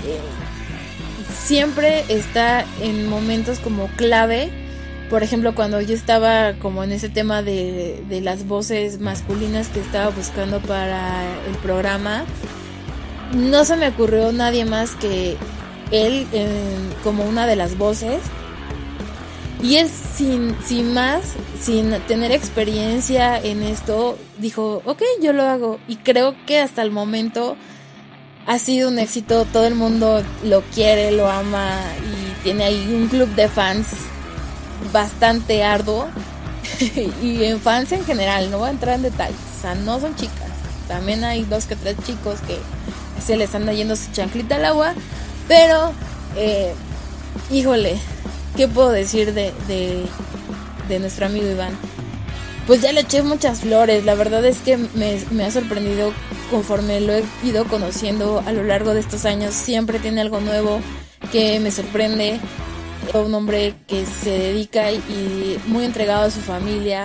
Siempre está en momentos como clave. Por ejemplo, cuando yo estaba como en ese tema de las voces masculinas que estaba buscando para el programa, no se me ocurrió nadie más que él como una de las voces. Y él sin tener experiencia en esto, dijo, ok, yo lo hago. Y creo que hasta el momento ha sido un éxito. Todo el mundo lo quiere, lo ama y tiene ahí un club de fans bastante arduo. Y en fans en general, no voy a entrar en detalles, o sea, no son chicas, también hay 2 que 3 chicos que se les anda yendo su chanclita al agua. Pero híjole, ¿qué puedo decir de nuestro amigo Iván? Pues ya le eché muchas flores. La verdad es que me ha sorprendido conforme lo he ido conociendo a lo largo de estos años. Siempre tiene algo nuevo que me sorprende. Un hombre que se dedica y muy entregado a su familia.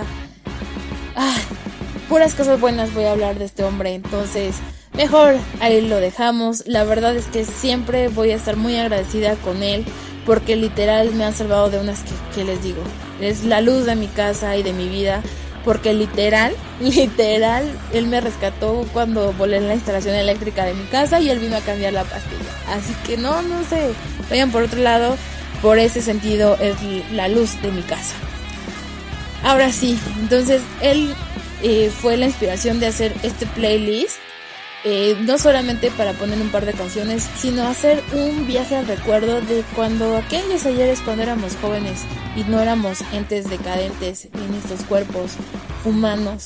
Puras cosas buenas voy a hablar de este hombre. Entonces mejor ahí lo dejamos. La verdad es que siempre voy a estar muy agradecida con él, porque literal me han salvado de unas que les digo, es la luz de mi casa y de mi vida. Porque literal, él me rescató cuando volé en la instalación eléctrica de mi casa y él vino a cambiar la pastilla. Así que no sé, vayan por otro lado. Por ese sentido es la luz de mi casa. Ahora sí, entonces él fue la inspiración de hacer este playlist. No solamente para poner un par de canciones, sino hacer un viaje al recuerdo de cuando aquellos ayeres, cuando éramos jóvenes y no éramos entes decadentes en estos cuerpos humanos.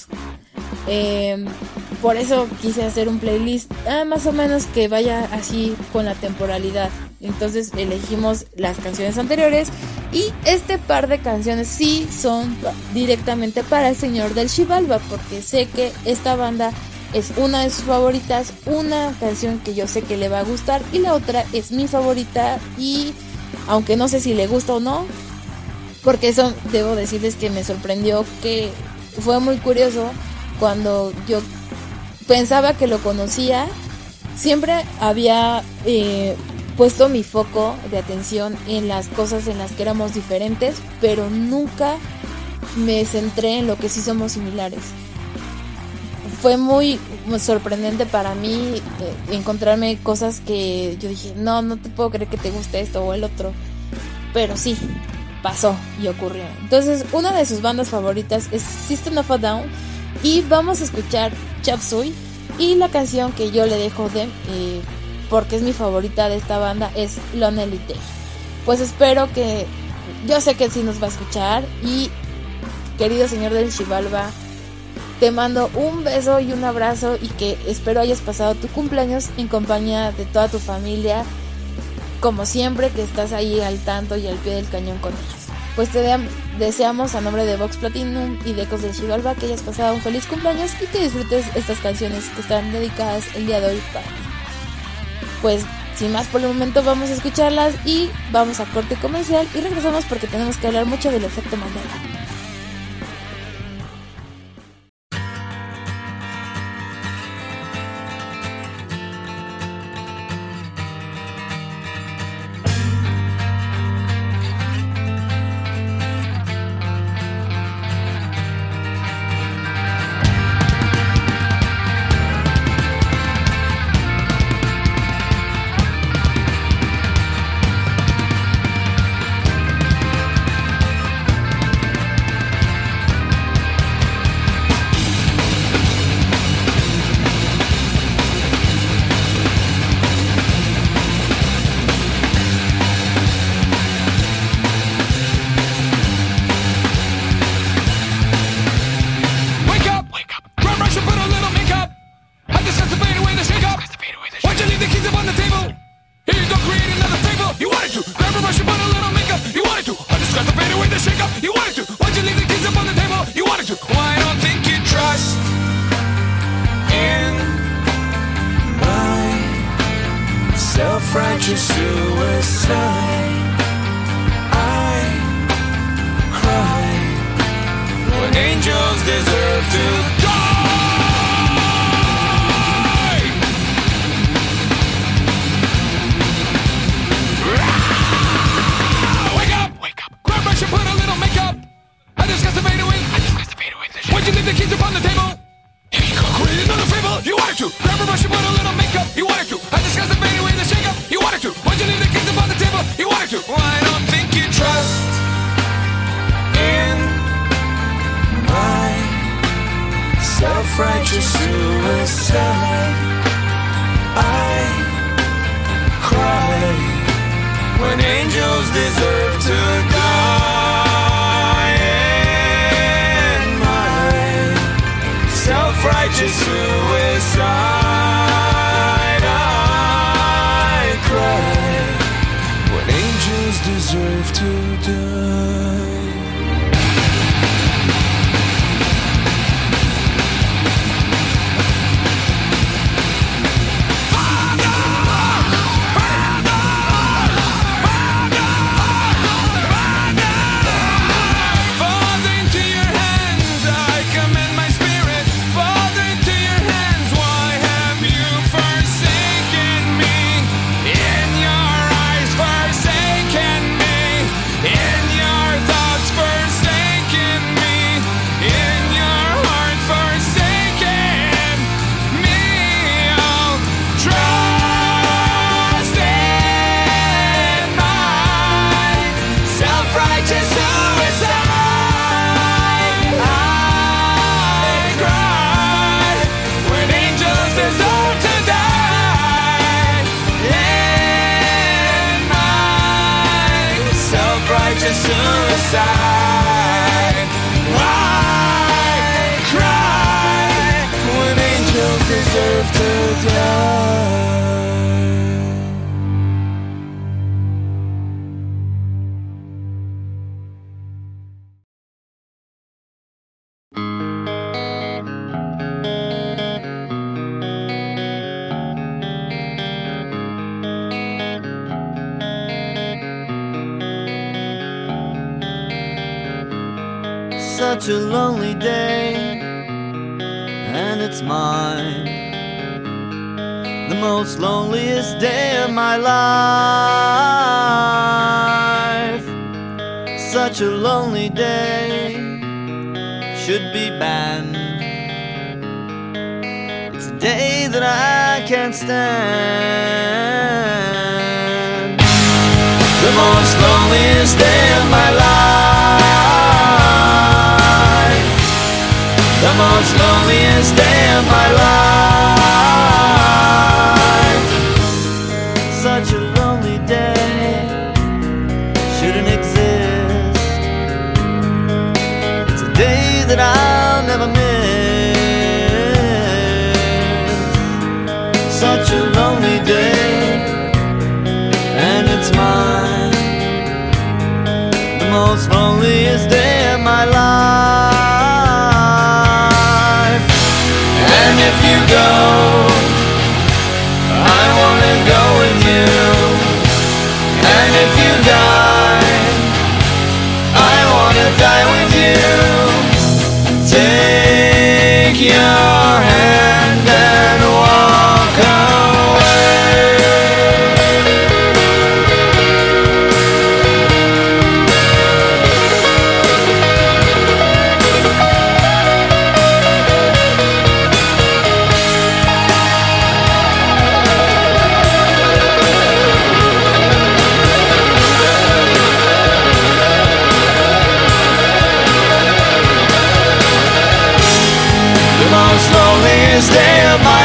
Por eso quise hacer un playlist más o menos que vaya así con la temporalidad. Entonces elegimos las canciones anteriores y este par de canciones sí son directamente para el señor del Xibalbá, porque sé que esta banda es una de sus favoritas, una canción que yo sé que le va a gustar y la otra es mi favorita, y aunque no sé si le gusta o no, porque eso debo decirles que me sorprendió, que fue muy curioso. Cuando yo pensaba que lo conocía, siempre había puesto mi foco de atención en las cosas en las que éramos diferentes, pero nunca me centré en lo que sí somos similares. Fue muy sorprendente para mí encontrarme cosas que yo dije, no te puedo creer que te guste esto o el otro, pero sí, pasó y ocurrió. Entonces, una de sus bandas favoritas es System of a Down, y vamos a escuchar Chop Suey, y la canción que yo le dejo porque es mi favorita de esta banda, es Lonely Day. Pues espero que, yo sé que sí nos va a escuchar, y querido señor del Xibalbá, te mando un beso y un abrazo, y que espero hayas pasado tu cumpleaños en compañía de toda tu familia, como siempre, que estás ahí al tanto y al pie del cañón con ellos. Pues te deseamos a nombre de Vox Platinum y de Ecos del Xibalbá que hayas pasado un feliz cumpleaños y que disfrutes estas canciones que están dedicadas el día de hoy para ti. Pues Sin más por el momento, vamos a escucharlas y vamos a corte comercial y regresamos porque tenemos que hablar mucho del efecto Mandela. Self-righteous suicide. I cry when angels deserve to die. Wake up, grab brush and put a little makeup. I discuss the fade away. Why'd you leave the keys upon the table? Create another fable. You wanted to grab a brush and put a little makeup. You wanted to. I discuss the fade away. You wanted to. Why'd you leave the keys upon the table? You wanted to. Well, I don't think you trust in my self-righteous suicide. I cry when angels deserve to die. In my self-righteous suicide. When angels deserve to die. Father, into your hands I commend my spirit. Father, into your hands, why have you forsaken me? In your eyes forsaken me, in your thoughts forsaken me, in your heart forsaken me. Oh, trust in my self-righteous suicide. I cry when angels deserve to die. In my self-righteous suicide. I cry when angels deserve to die. Such a lonely day, and it's mine, the most loneliest day of my life. Such a lonely day should be banned. It's a day that I can't stand. The most loneliest day of my life. The most loneliest day of my life. Such a lonely day shouldn't exist. It's a day that I'll never miss. Such a lonely day, and it's mine, the most loneliest day of my life. And if you go, I wanna go with you. take your hand and walk away. The most loneliest day of my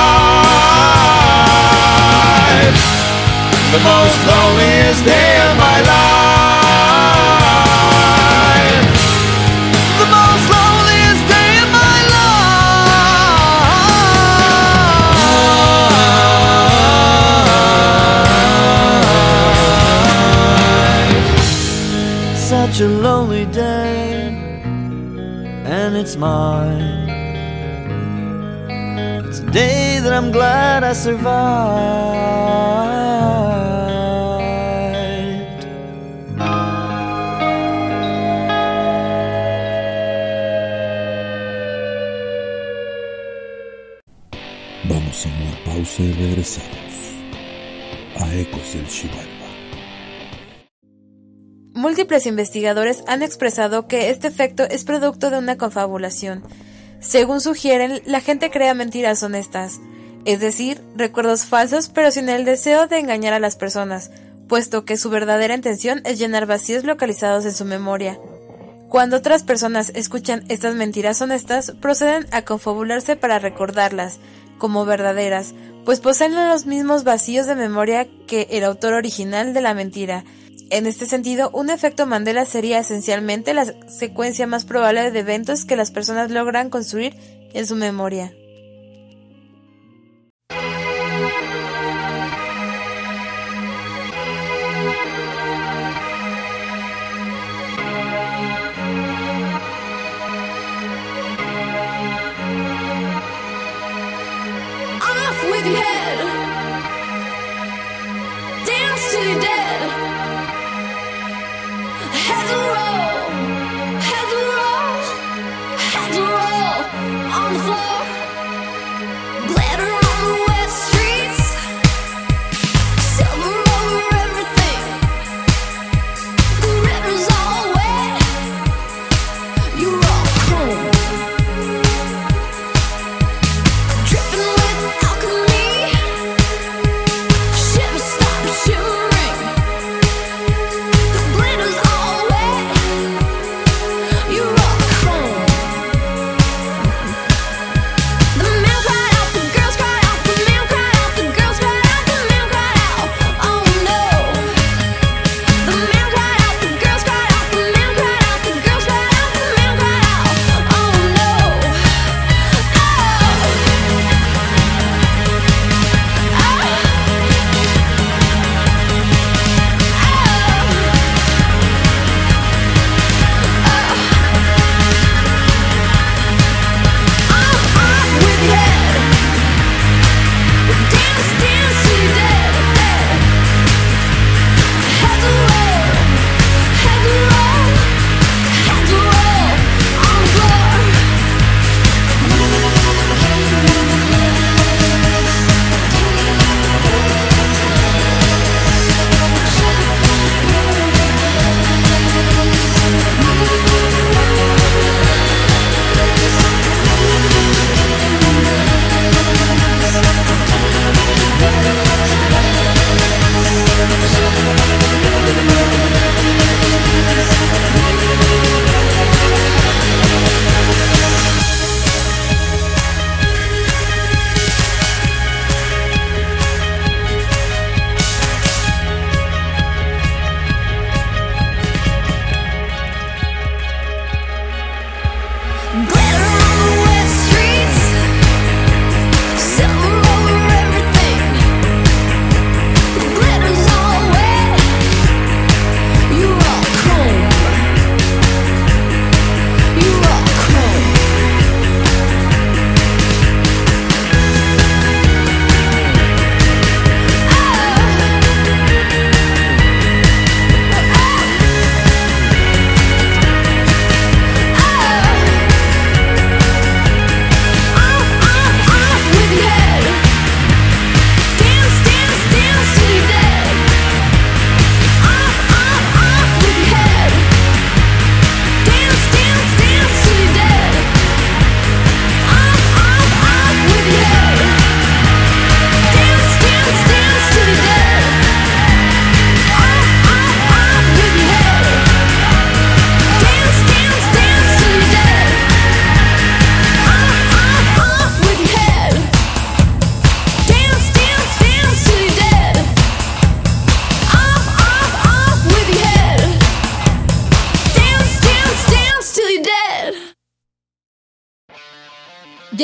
life. The most loneliest day of my life. The most loneliest day of my life. Such a lonely day, and it's mine. It's a day that I'm glad I survived. Vamos a una pausa y regresamos a Ecos del Xibalba. Múltiples investigadores han expresado que este efecto es producto de una confabulación. Según sugieren, la gente crea mentiras honestas, es decir, recuerdos falsos pero sin el deseo de engañar a las personas, puesto que su verdadera intención es llenar vacíos localizados en su memoria. Cuando otras personas escuchan estas mentiras honestas, proceden a confabularse para recordarlas como verdaderas, pues poseen los mismos vacíos de memoria que el autor original de la mentira. En este sentido, un efecto Mandela sería esencialmente la secuencia más probable de eventos que las personas logran construir en su memoria. Off with your head, dance till you're dead. Heads will roll, heads will roll, heads will roll on the floor.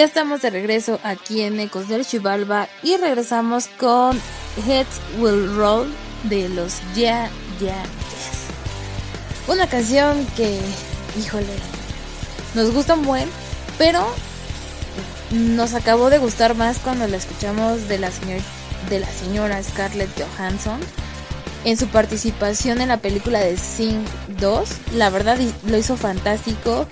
Ya estamos de regreso aquí en Ecos del Xibalba y regresamos con Heads Will Roll de los Yeah Yeah Yes. Una canción que, híjole, nos gusta un buen, pero nos acabó de gustar más cuando la escuchamos de la señora Scarlett Johansson en su participación en la película de Sing 2. La verdad lo hizo fantástico.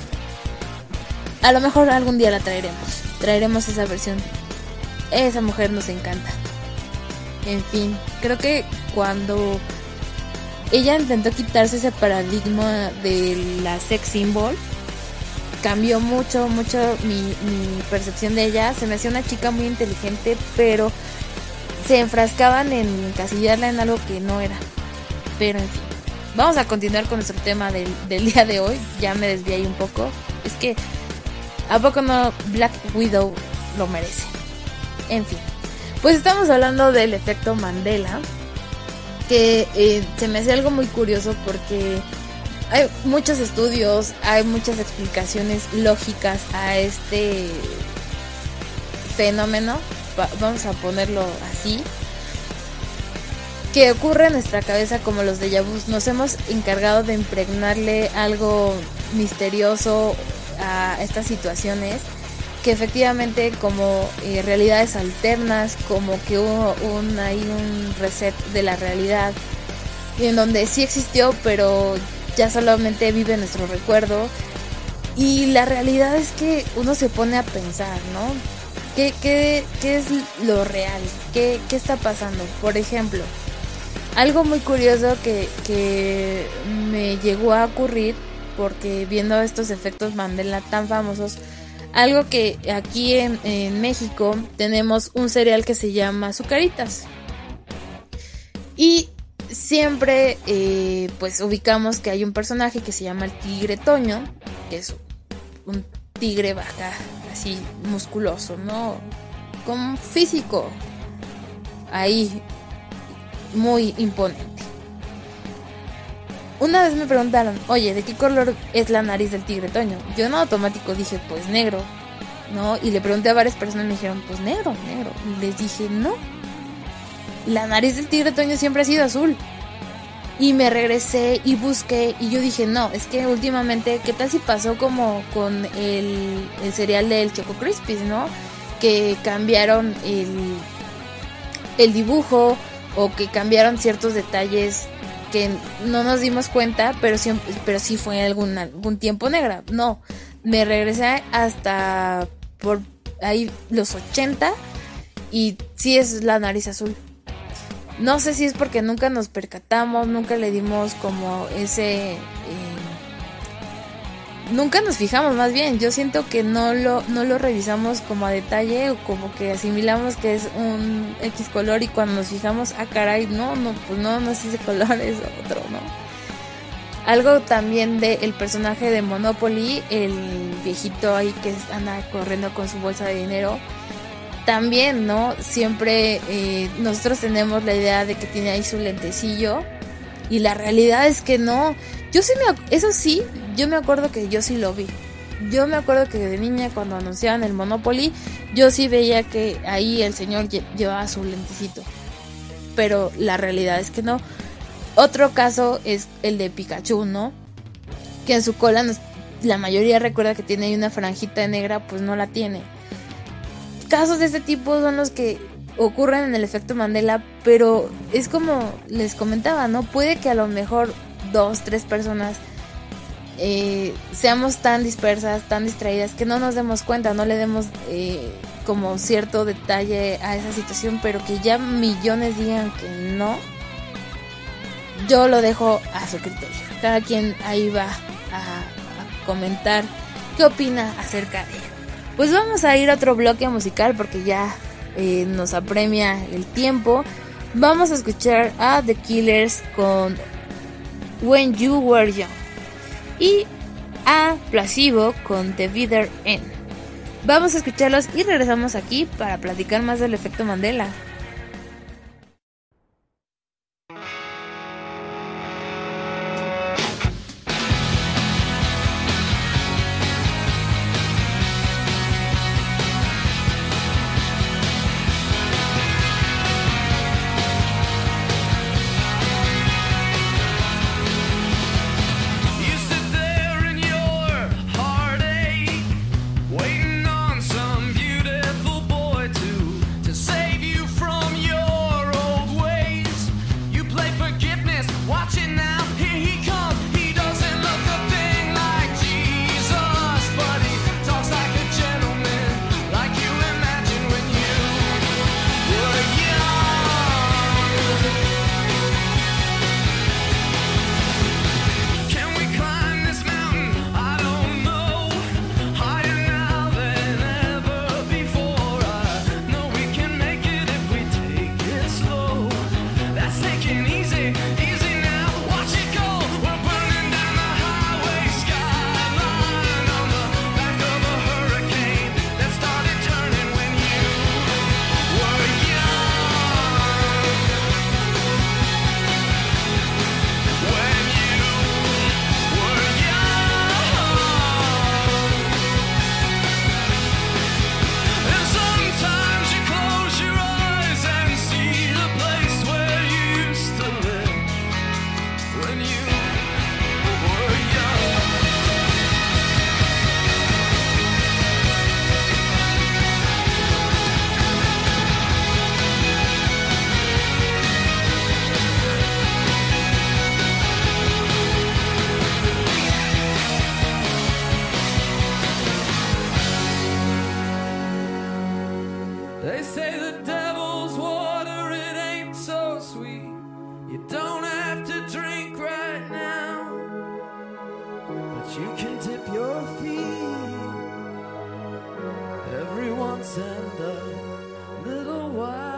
A lo mejor algún día la traeremos esa versión. Esa mujer nos encanta. En fin, creo que cuando ella intentó quitarse ese paradigma de la sex symbol, cambió mucho mi percepción de ella. Se me hacía una chica muy inteligente, pero se enfrascaban en encasillarla en algo que no era. Pero en fin, vamos a continuar con nuestro tema del día de hoy. Ya me desvié ahí un poco. Es que ¿a poco no Black Widow lo merece? En fin, pues estamos hablando del efecto Mandela, que se me hace algo muy curioso porque hay muchos estudios, hay muchas explicaciones lógicas a este fenómeno, vamos a ponerlo así, que ocurre en nuestra cabeza como los déjà vus. Nos hemos encargado de impregnarle algo misterioso a estas situaciones, que efectivamente como realidades alternas, como que hubo un reset de la realidad, en donde sí existió, pero ya solamente vive nuestro recuerdo. Y la realidad es que uno se pone a pensar, ¿no? ¿Qué es lo real? ¿Qué está pasando? Por ejemplo, algo muy curioso que me llegó a ocurrir, porque viendo estos efectos Mandela tan famosos, algo que aquí en México tenemos un cereal que se llama Azucaritas. Y siempre pues ubicamos que hay un personaje que se llama el Tigre Toño, que es un tigre vaca, así musculoso, ¿no? Con un físico ahí muy imponente. Una vez me preguntaron, oye, ¿de qué color es la nariz del Tigre Toño? Yo en automático dije, pues negro, ¿no? Y le pregunté a varias personas y me dijeron, pues negro. Y les dije, no, la nariz del Tigre Toño siempre ha sido azul. Y me regresé y busqué y yo dije, no, es que últimamente, ¿qué tal si pasó como con el cereal del Choco Crispies, ¿no? Que cambiaron el dibujo, o que cambiaron ciertos detalles que no nos dimos cuenta, pero sí fue algún tiempo negra. No, me regresé hasta por ahí los 80 y sí es la nariz azul. No sé si es porque nunca nos percatamos, nunca le dimos como ese... nunca nos fijamos, más bien. Yo siento que no lo revisamos como a detalle, o como que asimilamos que es un X color, y cuando nos fijamos, ah caray, pues no es ese color, es otro, ¿no? Algo también del personaje de Monopoly, el viejito ahí que anda corriendo con su bolsa de dinero. También, ¿no? Siempre nosotros tenemos la idea de que tiene ahí su lentecillo, y la realidad es que no. Yo me acuerdo que yo sí lo vi. Yo me acuerdo que de niña, cuando anunciaban el Monopoly, yo sí veía que ahí el señor llevaba su lentecito. Pero la realidad es que no. Otro caso es el de Pikachu, ¿no? Que en su cola la mayoría recuerda que tiene ahí una franjita negra, pues no la tiene. Casos de este tipo son los que ocurren en el efecto Mandela, pero es como les comentaba, ¿no? Puede que a lo mejor 2, 3 personas seamos tan dispersas, tan distraídas, que no nos demos cuenta, no le demos como cierto detalle a esa situación, pero que ya millones digan que no, yo lo dejo a su criterio. Cada quien ahí va a comentar qué opina acerca de ello. Pues vamos a ir a otro bloque musical porque ya nos apremia el tiempo. Vamos a escuchar a The Killers con When You Were Young y a Placebo con The Bitter End. Vamos a escucharlos y regresamos aquí para platicar más del efecto Mandela. you can dip your feet every once in a little while.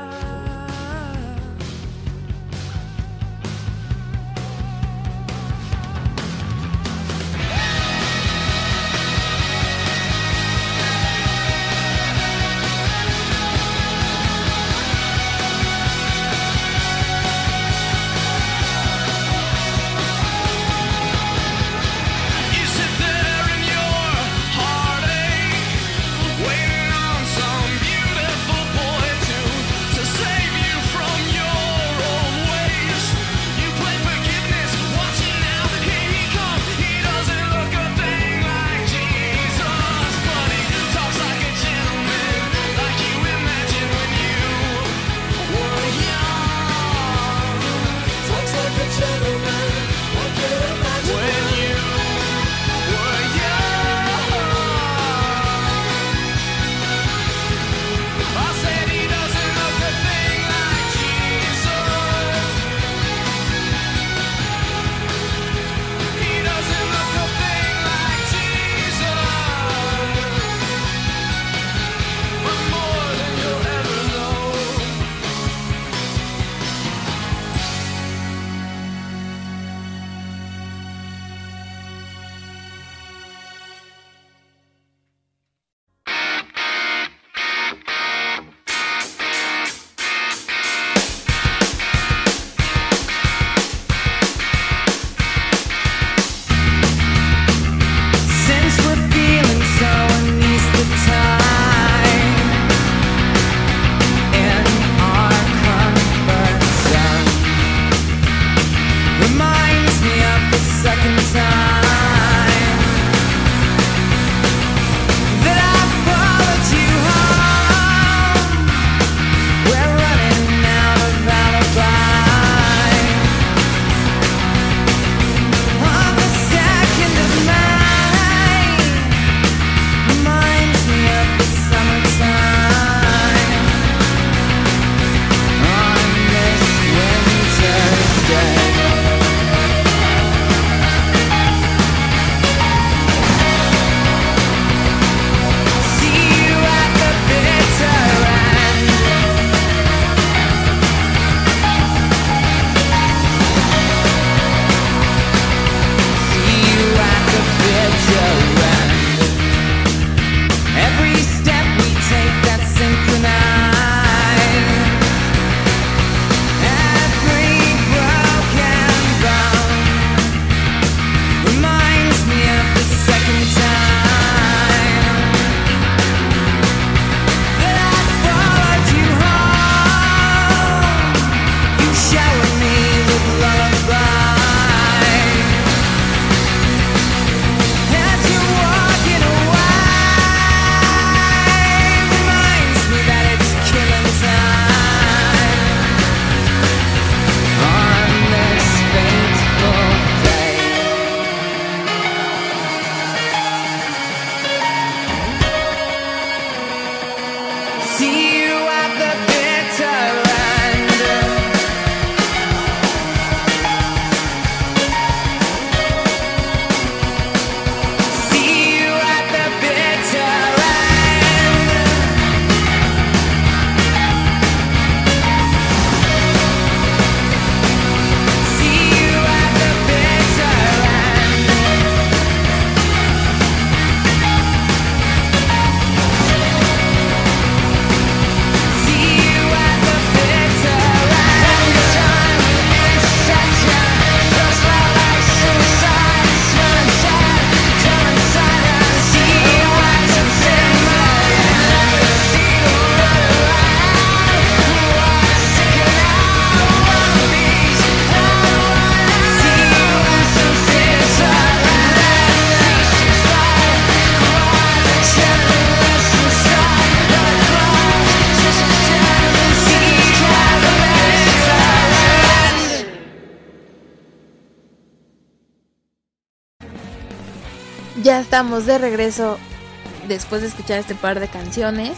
Ya estamos de regreso después de escuchar este par de canciones.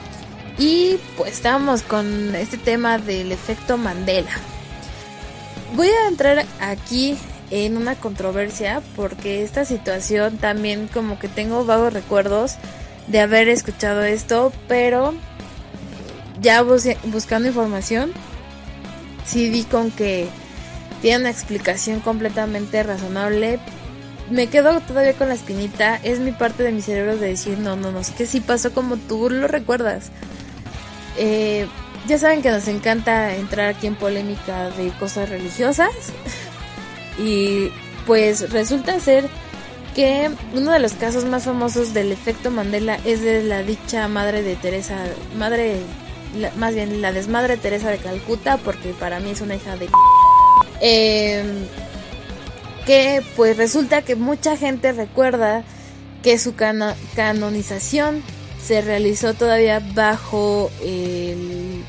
Y pues estamos con este tema del efecto Mandela. Voy a entrar aquí en una controversia, porque esta situación también como que tengo vagos recuerdos de haber escuchado esto, pero ya buscando información sí di con que tiene una explicación completamente razonable. Me quedo todavía con la espinita, es mi parte de mi cerebro de decir no, es que sí pasó como tú lo recuerdas. Ya saben que nos encanta entrar aquí en polémica de cosas religiosas y pues resulta ser que uno de los casos más famosos del efecto Mandela es de la dicha madre de Teresa, más bien la desmadre Teresa de Calcuta, porque para mí es una hija de que pues resulta que mucha gente recuerda que su canonización se realizó todavía bajo el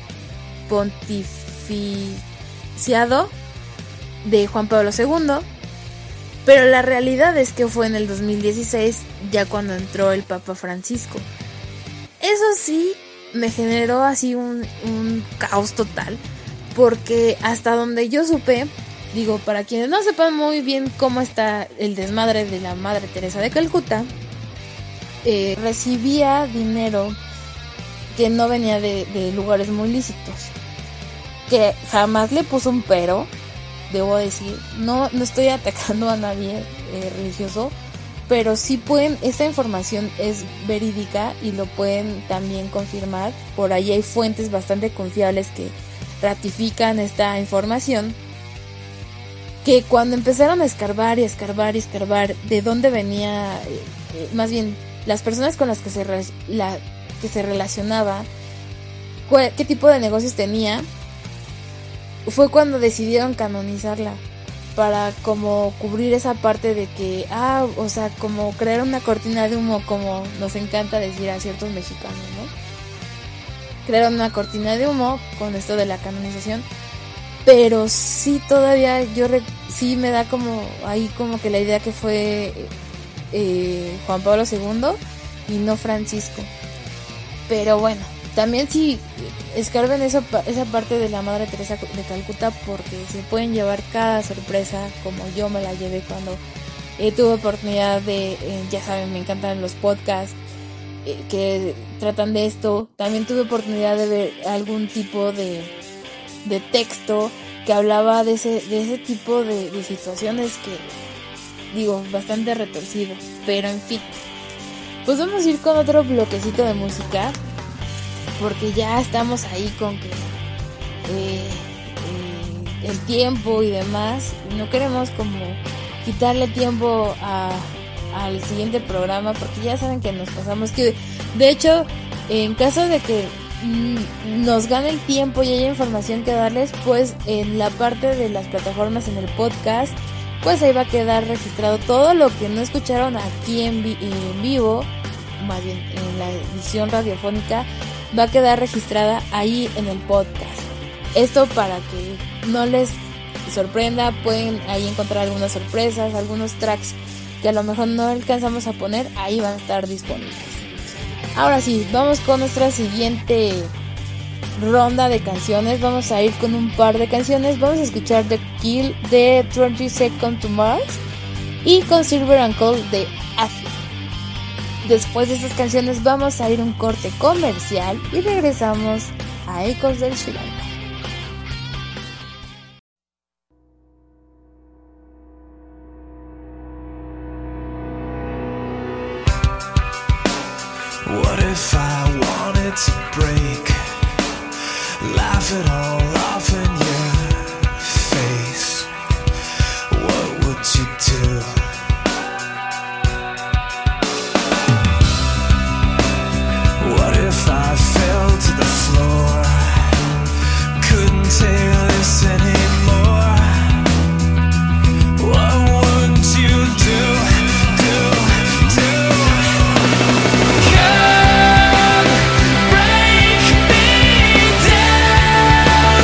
pontificiado de Juan Pablo II, pero la realidad es que fue en el 2016, ya cuando entró el Papa Francisco. Eso sí me generó así un caos total, porque hasta donde yo supe, digo, para quienes no sepan muy bien cómo está el desmadre de la Madre Teresa de Calcuta, recibía dinero que no venía de lugares muy lícitos, que jamás le puso un pero, debo decir, no estoy atacando a nadie religioso, pero sí pueden, esta información es verídica y lo pueden también confirmar, por ahí hay fuentes bastante confiables que ratifican esta información, que cuando empezaron a escarbar de dónde venía, más bien las personas con las que se relacionaba, qué tipo de negocios tenía, fue cuando decidieron canonizarla, para como cubrir esa parte de que, o sea, como crear una cortina de humo, como nos encanta decir a ciertos mexicanos, ¿no? Crearon una cortina de humo con esto de la canonización, pero sí todavía sí me da como ahí como que la idea que fue Juan Pablo II y no Francisco. Pero bueno, también sí escarben esa parte de la Madre Teresa de Calcuta, porque se pueden llevar cada sorpresa, como yo me la llevé cuando tuve oportunidad de, ya saben, me encantan los podcasts que tratan de esto. También tuve oportunidad de ver algún tipo de texto que hablaba de ese tipo de situaciones que, digo, bastante retorcido. Pero en fin, pues vamos a ir con otro bloquecito de música, porque ya estamos ahí con que el tiempo y demás, no queremos como quitarle tiempo al siguiente programa, porque ya saben que nos pasamos, que de hecho en caso de que nos gane el tiempo y haya información que darles, pues en la parte de las plataformas, en el podcast, pues ahí va a quedar registrado todo lo que no escucharon aquí en vivo, más bien en la edición radiofónica, va a quedar registrada ahí en el podcast. Esto para que no les sorprenda, pueden ahí encontrar algunas sorpresas, algunos tracks que a lo mejor no alcanzamos a poner, ahí van a estar disponibles. Ahora sí, vamos con nuestra siguiente ronda de canciones. Vamos a ir con un par de canciones. Vamos a escuchar The Kill de 30 Seconds to Mars y con Silver and Cold de Afi. Después de estas canciones vamos a ir a un corte comercial y regresamos a Ecos del Chilango. What if I wanted to break, laugh it all off in your face? What would you do? What if I fell to the floor, couldn't take this anymore? What would you do? Come break me down.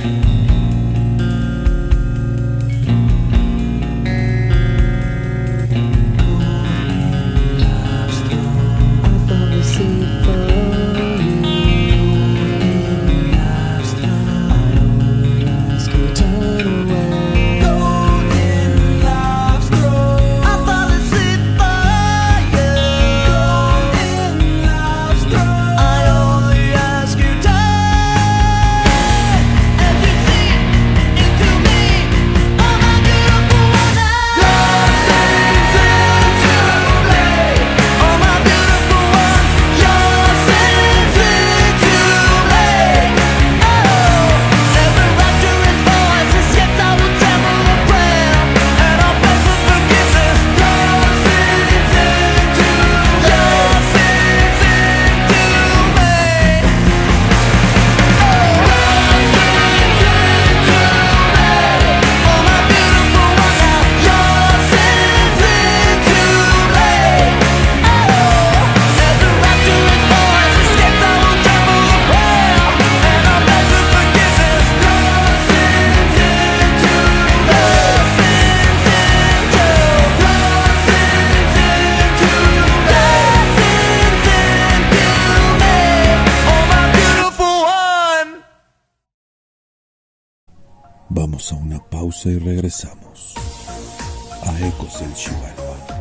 Vamos a una pausa y regresamos a Ecos del Chivalba.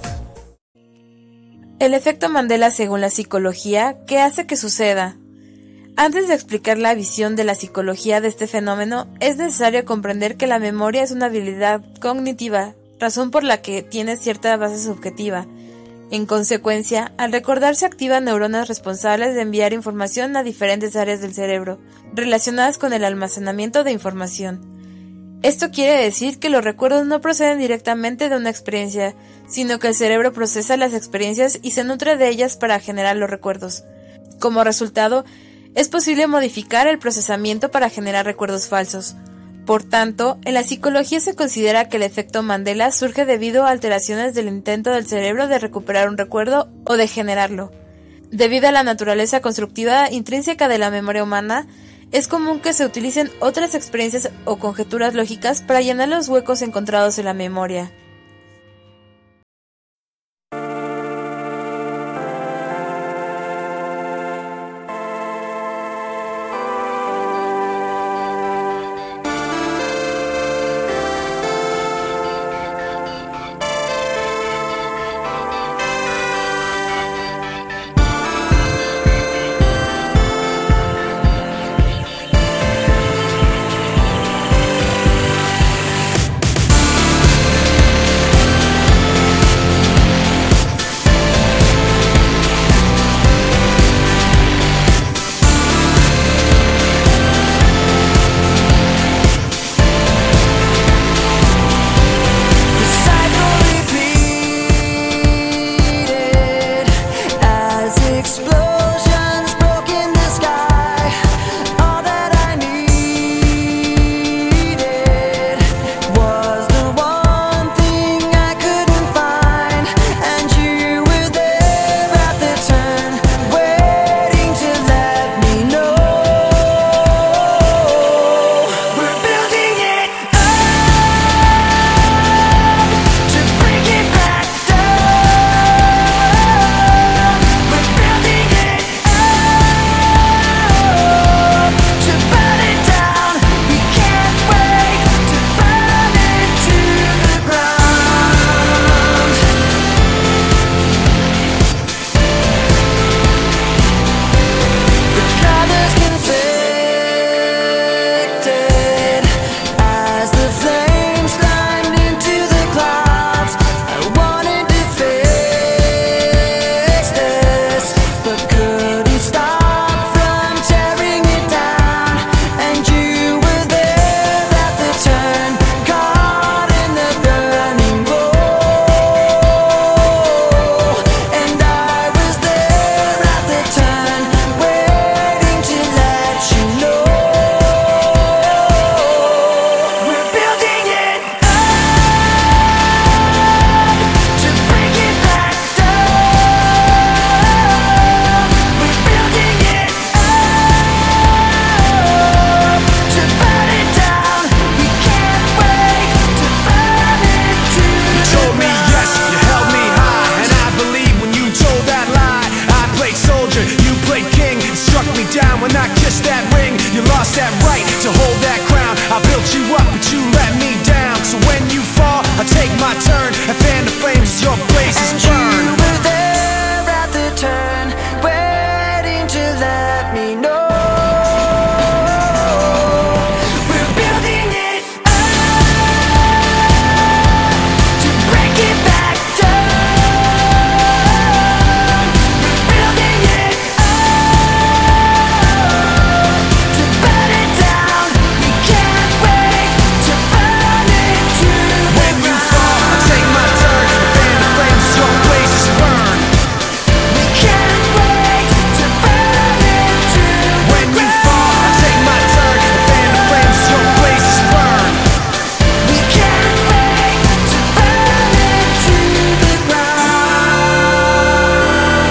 El efecto Mandela según la psicología, ¿qué hace que suceda? Antes de explicar la visión de la psicología de este fenómeno, es necesario comprender que la memoria es una habilidad cognitiva, razón por la que tiene cierta base subjetiva. En consecuencia, al recordar se activan neuronas responsables de enviar información a diferentes áreas del cerebro, relacionadas con el almacenamiento de información. Esto quiere decir que los recuerdos no proceden directamente de una experiencia, sino que el cerebro procesa las experiencias y se nutre de ellas para generar los recuerdos. Como resultado, es posible modificar el procesamiento para generar recuerdos falsos. Por tanto, en la psicología se considera que el efecto Mandela surge debido a alteraciones del intento del cerebro de recuperar un recuerdo o de generarlo. Debido a la naturaleza constructiva intrínseca de la memoria humana, es común que se utilicen otras experiencias o conjeturas lógicas para llenar los huecos encontrados en la memoria. fight to hold that crown. I built you up, but you let me down. So when you fall, I take my turn and fan the flames as your blazes burn. You were there at the turn, waiting to let me know. We're building it up to break it back down. We're building it up to burn it down. We can't wait to burn it to When you fall, I take my turn and fan the flames as your blazes burn. We can't wait to burn it to When you fall, I take my turn and fan the flames as your blazes burn. We can't wait to burn it to the ground.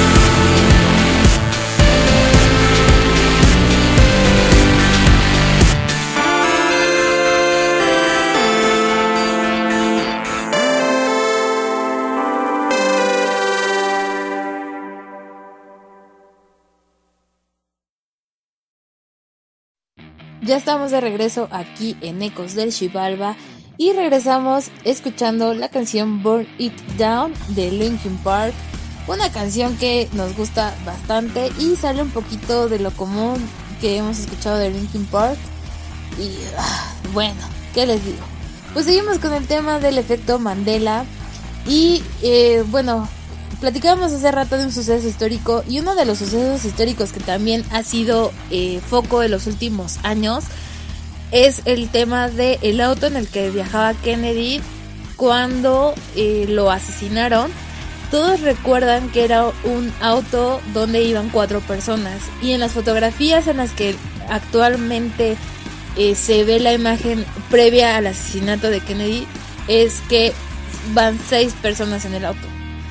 Ya estamos de regreso aquí en Ecos del Xibalba y regresamos escuchando la canción Burn It Down de Linkin Park, una canción que nos gusta bastante y sale un poquito de lo común que hemos escuchado de Linkin Park y bueno, ¿qué les digo? Pues seguimos con el tema del efecto Mandela y bueno, platicábamos hace rato de un suceso histórico y uno de los sucesos históricos que también ha sido foco de los últimos años es el tema del auto en el que viajaba Kennedy cuando lo asesinaron. Todos recuerdan que era un auto donde iban 4 personas y en las fotografías en las que actualmente se ve la imagen previa al asesinato de Kennedy es que van 6 personas en el auto.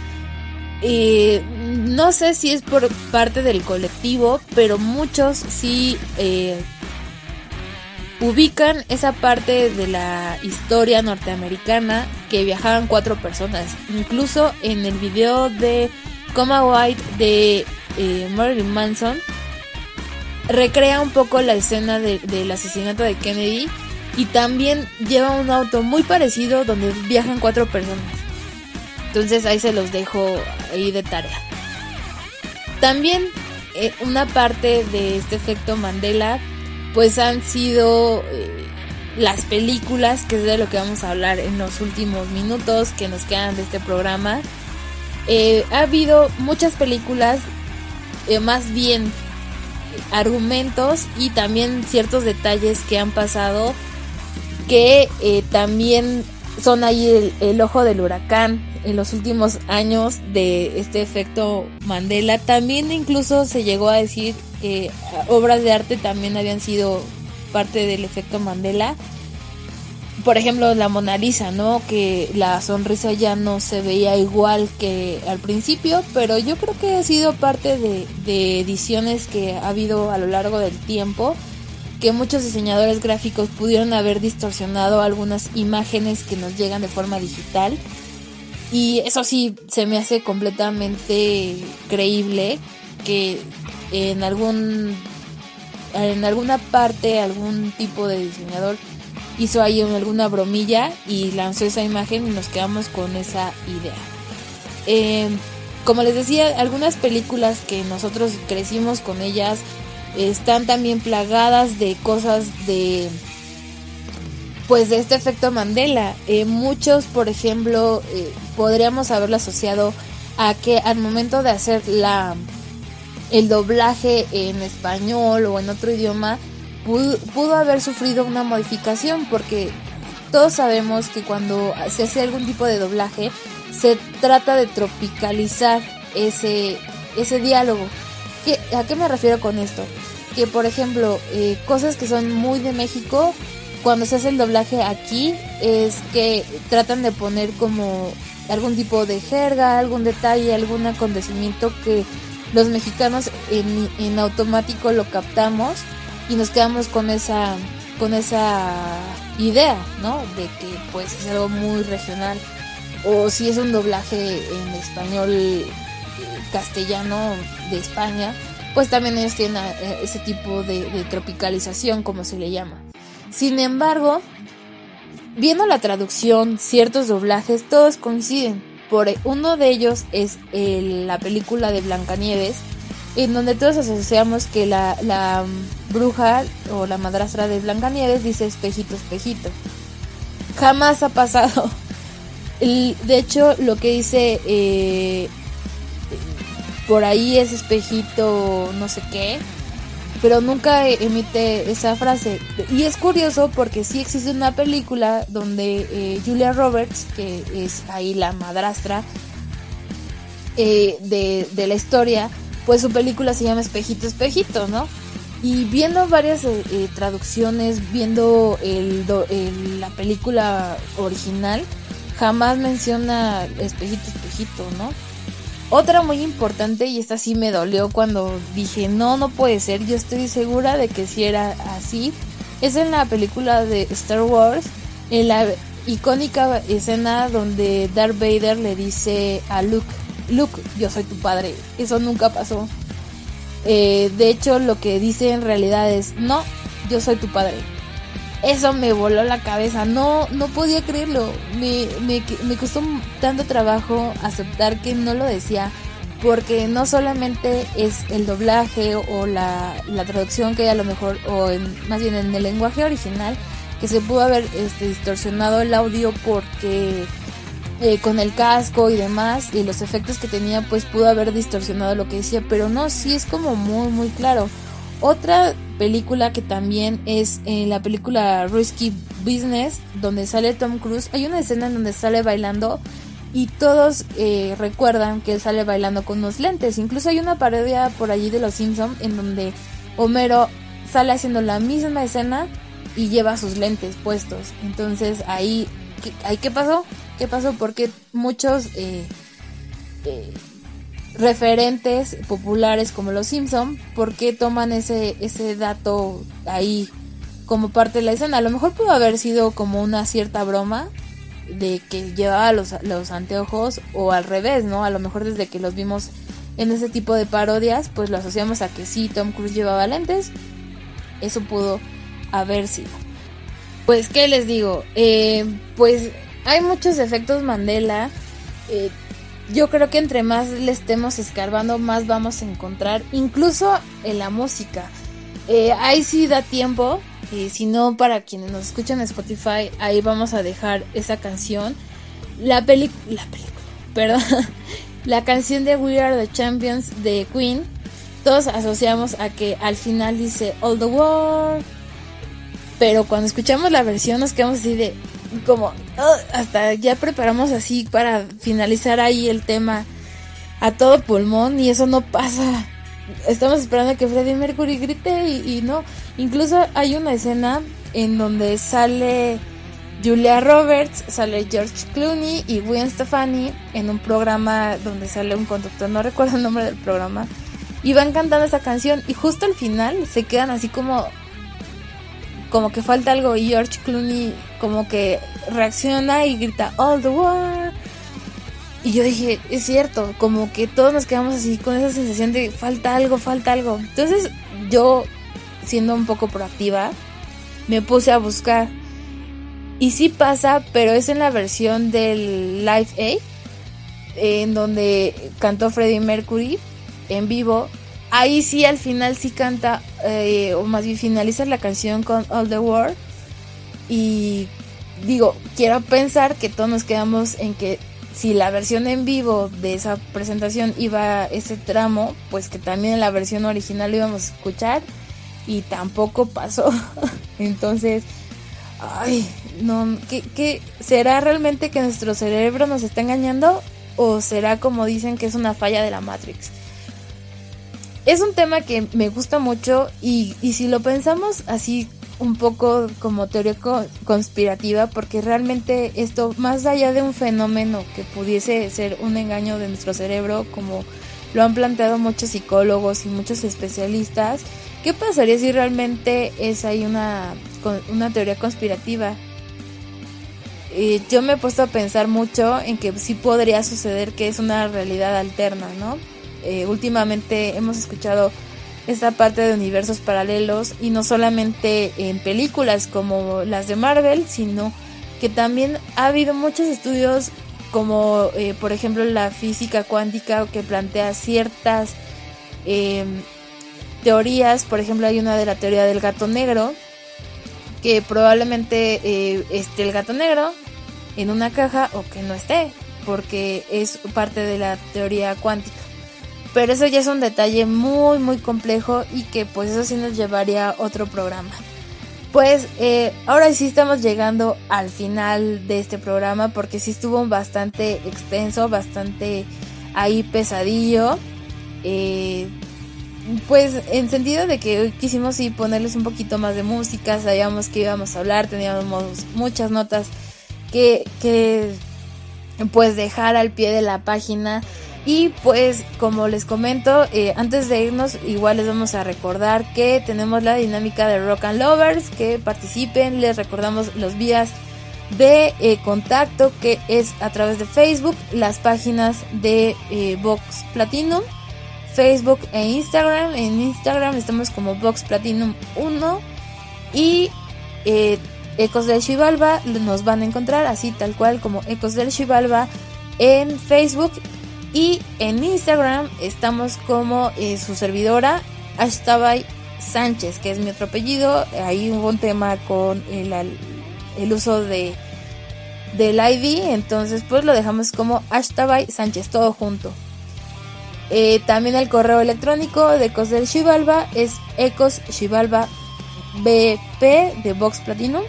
No sé si es por parte del colectivo, pero muchos sí ubican esa parte de la historia norteamericana que viajaban 4 personas. Incluso en el video de Coma White de Marilyn Manson recrea un poco la escena del asesinato de Kennedy y también lleva un auto muy parecido donde viajan 4 personas. Entonces ahí se los dejo ahí de tarea. También una parte de este efecto Mandela pues han sido las películas, que es de lo que vamos a hablar en los últimos minutos que nos quedan de este programa. Ha habido muchas películas, más bien argumentos y también ciertos detalles que han pasado que también son ahí el ojo del huracán en los últimos años de este efecto Mandela. También incluso se llegó a decir que obras de arte también habían sido parte del efecto Mandela. Por ejemplo, la Mona Lisa, ¿no? Que la sonrisa ya no se veía igual que al principio, pero yo creo que ha sido parte de ediciones que ha habido a lo largo del tiempo, que muchos diseñadores gráficos pudieron haber distorsionado algunas imágenes que nos llegan de forma digital. Y eso sí, se me hace completamente creíble que en alguna parte algún tipo de diseñador hizo ahí alguna bromilla y lanzó esa imagen y nos quedamos con esa idea. Como les decía, algunas películas que nosotros crecimos con ellas están también plagadas de cosas de este efecto Mandela. Muchos, por ejemplo, podríamos haberlo asociado a que al momento de hacer el doblaje en español o en otro idioma pudo haber sufrido una modificación, porque todos sabemos que cuando se hace algún tipo de doblaje se trata de tropicalizar ese diálogo. ¿A qué me refiero con esto? Que por ejemplo, cosas que son muy de México, cuando se hace el doblaje aquí es que tratan de poner como algún tipo de jerga, algún detalle, algún acontecimiento que los mexicanos en automático lo captamos y nos quedamos con esa idea, ¿no? De que pues es algo muy regional. O si es un doblaje en español castellano de España, pues también ellos tienen ese tipo de tropicalización, como se le llama. Sin embargo, viendo la traducción, ciertos doblajes, todos coinciden. Uno de ellos es la película de Blancanieves, en donde todos asociamos que la bruja o la madrastra de Blancanieves dice espejito, espejito. Jamás ha pasado. De hecho, lo que dice por ahí es espejito no sé qué, pero nunca emite esa frase. Y es curioso porque sí existe una película donde Julia Roberts, que es ahí la madrastra de la historia, pues su película se llama Espejito, Espejito, ¿no? Y viendo varias traducciones, viendo la película original, jamás menciona espejito, espejito, ¿no? Otra muy importante, y esta sí me dolió cuando dije, no puede ser, yo estoy segura de que sí era así, es en la película de Star Wars, en la icónica escena donde Darth Vader le dice a Luke, yo soy tu padre. Eso nunca pasó. De hecho, lo que dice en realidad es, no, yo soy tu padre. Eso me voló la cabeza, no podía creerlo. Me costó tanto trabajo aceptar que no lo decía, porque no solamente es el doblaje o la traducción que a lo mejor, más bien en el lenguaje original, que se pudo haber distorsionado el audio porque con el casco y demás, y los efectos que tenía, pues pudo haber distorsionado lo que decía, pero no, sí es como muy, muy claro. Otra película que también es la película Risky Business, donde sale Tom Cruise, hay una escena en donde sale bailando y todos recuerdan que él sale bailando con unos lentes. Incluso hay una parodia por allí de Los Simpsons en donde Homero sale haciendo la misma escena y lleva sus lentes puestos. Entonces ahí ¿qué pasó? ¿Qué pasó? Porque muchos referentes populares como Los Simpson, ¿por qué toman ese dato ahí como parte de la escena? A lo mejor pudo haber sido como una cierta broma de que llevaba los anteojos, o al revés, ¿no? A lo mejor desde que los vimos en ese tipo de parodias, pues lo asociamos a que sí, Tom Cruise llevaba lentes. Eso pudo haber sido. Pues, ¿qué les digo? Pues hay muchos efectos Mandela. Yo creo que entre más le estemos escarbando, más vamos a encontrar, incluso en la música. Ahí sí da tiempo, si no, para quienes nos escuchan en Spotify, ahí vamos a dejar esa canción. La canción de We Are the Champions de Queen. Todos asociamos a que al final dice All the World, pero cuando escuchamos la versión nos quedamos así de como hasta ya preparamos así para finalizar ahí el tema a todo pulmón, y eso no pasa. Estamos esperando que Freddie Mercury grite y no. Incluso hay una escena en donde sale Julia Roberts, sale George Clooney y Gwen Stefani en un programa donde sale un conductor, no recuerdo el nombre del programa, y van cantando esa canción y justo al final se quedan así como que falta algo, y George Clooney como que reacciona y grita All the World. Y yo dije, es cierto, como que todos nos quedamos así con esa sensación de falta algo. Entonces yo, siendo un poco proactiva, me puse a buscar. Y sí pasa, pero es en la versión del Live Aid, en donde cantó Freddie Mercury en vivo. Ahí sí, al final sí canta, o más bien finaliza la canción con All the World. Y digo, quiero pensar que todos nos quedamos en que si la versión en vivo de esa presentación iba ese tramo, pues que también en la versión original lo íbamos a escuchar, y tampoco pasó. Entonces, ay, no, ¿qué será realmente que nuestro cerebro nos está engañando? ¿O será como dicen que es una falla de la Matrix? Es un tema que me gusta mucho, y si lo pensamos así un poco como teoría conspirativa, porque realmente esto, más allá de un fenómeno que pudiese ser un engaño de nuestro cerebro, como lo han planteado muchos psicólogos y muchos especialistas, ¿qué pasaría si realmente es ahí una teoría conspirativa? Yo me he puesto a pensar mucho en que sí podría suceder que es una realidad alterna, ¿no? Últimamente hemos escuchado esta parte de universos paralelos, y no solamente en películas como las de Marvel, sino que también ha habido muchos estudios como por ejemplo la física cuántica, que plantea ciertas teorías. Por ejemplo, hay una de la teoría del gato negro, que probablemente esté el gato negro en una caja o que no esté, porque es parte de la teoría cuántica. Pero eso ya es un detalle muy muy complejo, y que pues eso sí nos llevaría a otro programa. Pues ahora sí estamos llegando al final de este programa, porque sí estuvo bastante extenso, bastante ahí pesadillo. Pues en sentido de que hoy quisimos sí ponerles un poquito más de música, sabíamos que íbamos a hablar, teníamos muchas notas que pues dejar al pie de la página. Y pues como les comento, antes de irnos igual les vamos a recordar que tenemos la dinámica de Rock and Lovers, que participen. Les recordamos los vías de contacto, que es a través de Facebook, las páginas de Vox Platinum, Facebook e Instagram. En Instagram estamos como Vox Platinum 1 y Ecos del Xibalba nos van a encontrar así tal cual como Ecos del Xibalba en Facebook, y en Instagram estamos como su servidora Ashtabay Sánchez, que es mi otro apellido. Ahí hubo un tema con el uso del ID, entonces pues lo dejamos como Ashtabay Sánchez, todo junto. También el correo electrónico de Ecos del Xibalba es ecosxibalbabp de Vox Platinum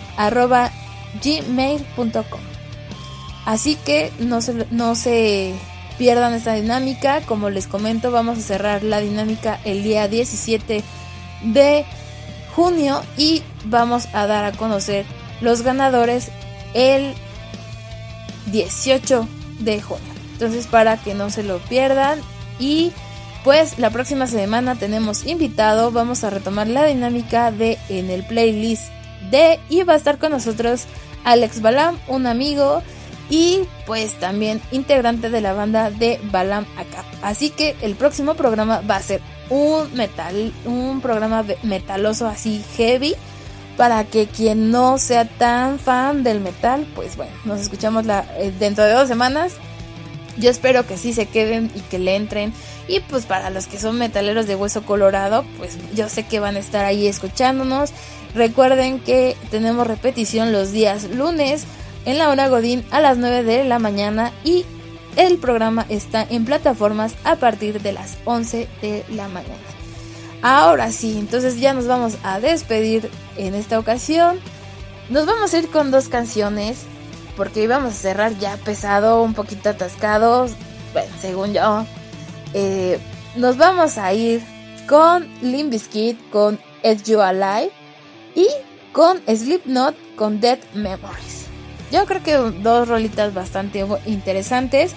@gmail.com. Así que no se pierdan esta dinámica. Como les comento, vamos a cerrar la dinámica el día 17 de junio y vamos a dar a conocer los ganadores el 18 de junio. Entonces, para que no se lo pierdan. Y pues la próxima semana tenemos invitado. Vamos a retomar la dinámica de en el playlist y va a estar con nosotros Alex Balam, un amigo y pues también integrante de la banda de Balam Acap. Así que el próximo programa va a ser un programa metaloso así heavy, para que quien no sea tan fan del metal, pues bueno, nos escuchamos dentro de 2 semanas. Yo espero que sí se queden y que le entren. Y pues para los que son metaleros de hueso colorado, pues yo sé que van a estar ahí escuchándonos. Recuerden que tenemos repetición los días lunes en la hora Godín a las 9 de la mañana. Y el programa está en plataformas a partir de las 11 de la mañana. Ahora sí, entonces ya nos vamos a despedir en esta ocasión. Nos vamos a ir con 2 canciones, porque íbamos a cerrar ya pesado, un poquito atascados, bueno, según yo. Nos vamos a ir con Limp Bizkit, con Eat You Alive, y con Slipknot, con Dead Memories. Yo creo que 2 rolitas bastante interesantes.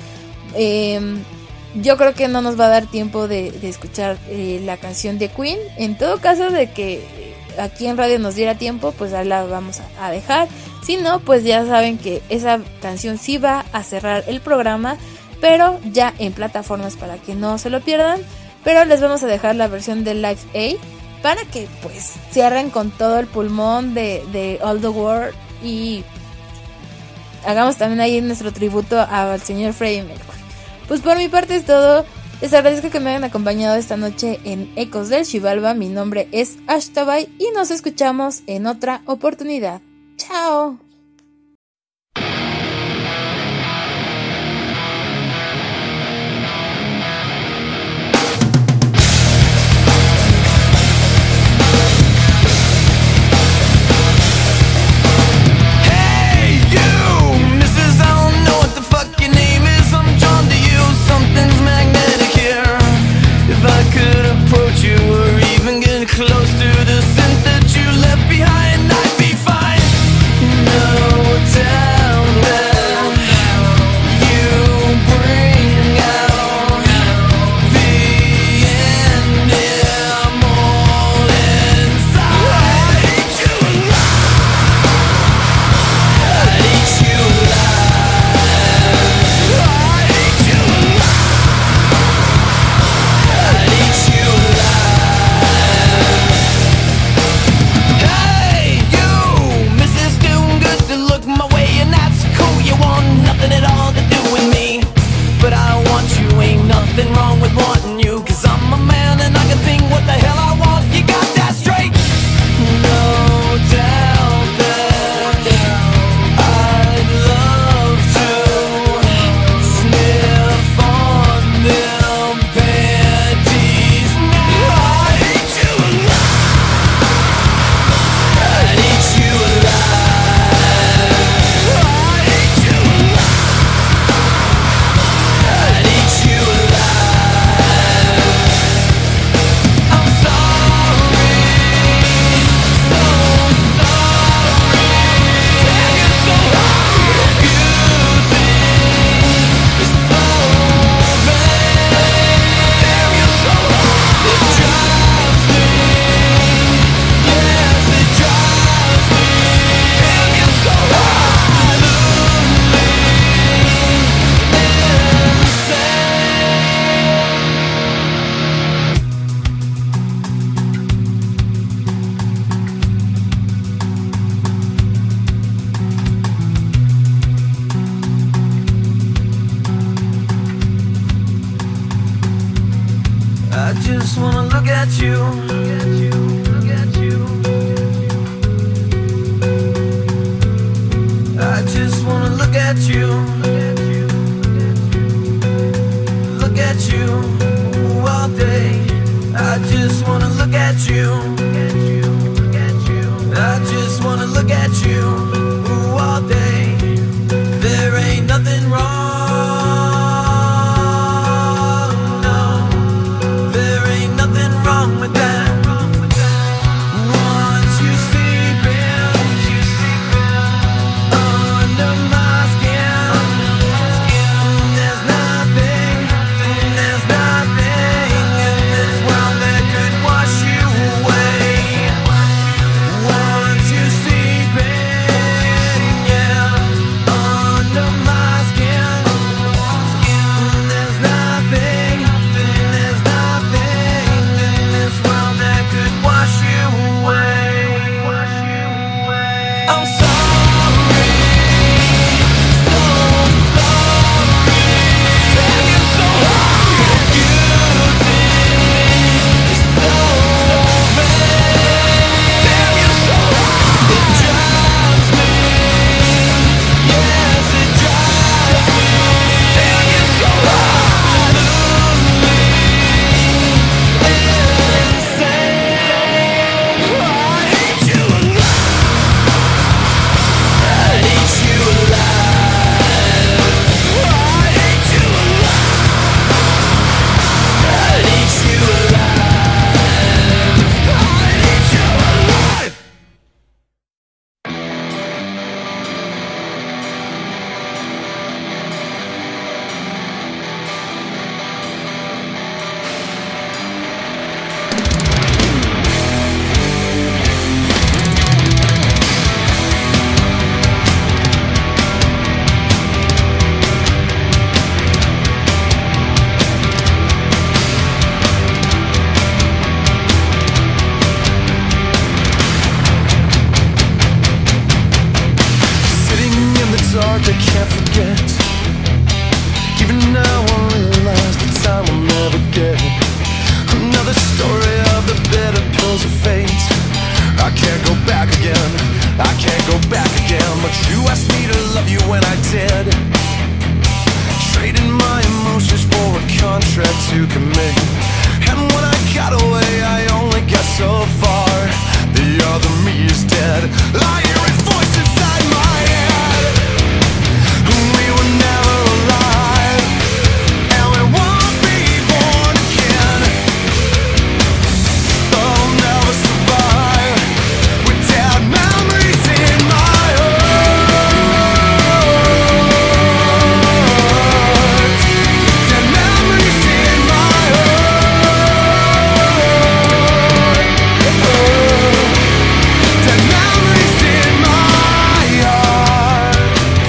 Yo creo que no nos va a dar tiempo de escuchar la canción de Queen. En todo caso, de que aquí en radio nos diera tiempo, pues ahí la vamos a dejar. Si no, pues ya saben que esa canción sí va a cerrar el programa, pero ya en plataformas para que no se lo pierdan. Pero les vamos a dejar la versión de Live Aid para que pues cierren con todo el pulmón de All the World y hagamos también ahí nuestro tributo al señor Freddie Mercury. Pues por mi parte es todo. Les agradezco que me hayan acompañado esta noche en Ecos del Xibalba. Mi nombre es Ashtabay y nos escuchamos en otra oportunidad. ¡Chao! Close to the scent that you left behind, I'd be fine. No. you. I just wanna look at you. Look at you all day. I just wanna look at you. I just wanna look at you all day. There ain't nothing wrong, no. There ain't nothing wrong with that. Once you sleep under my skin, there's nothing in this world that could wash you away. Once you sleep under my skin, there's nothing in this world that could wash you away. I'm sorry, so sorry. Damn, you're so hard. You did me so bad. Damn, you're so hard. It drives me. Yes, it drives me. Damn, you're so hard. Insane. I hate you alive. I hate you alive. I hate you alive. I hate you alive. I hate you alive. Sitting in the dark, I can't forget. Even now I realize the time will never get. Another story of the bitter pills of fate. I can't go back again, I can't go back again. But you asked me to love you when I did. Trading my emotions for a contract to commit. And when I got away, I only got so far. The other me is dead. I hear a voice inside my head. We were never alive, and we won't be born again. I'll never survive without memories in my heart. Dead memories in my heart. Dead memories in my heart.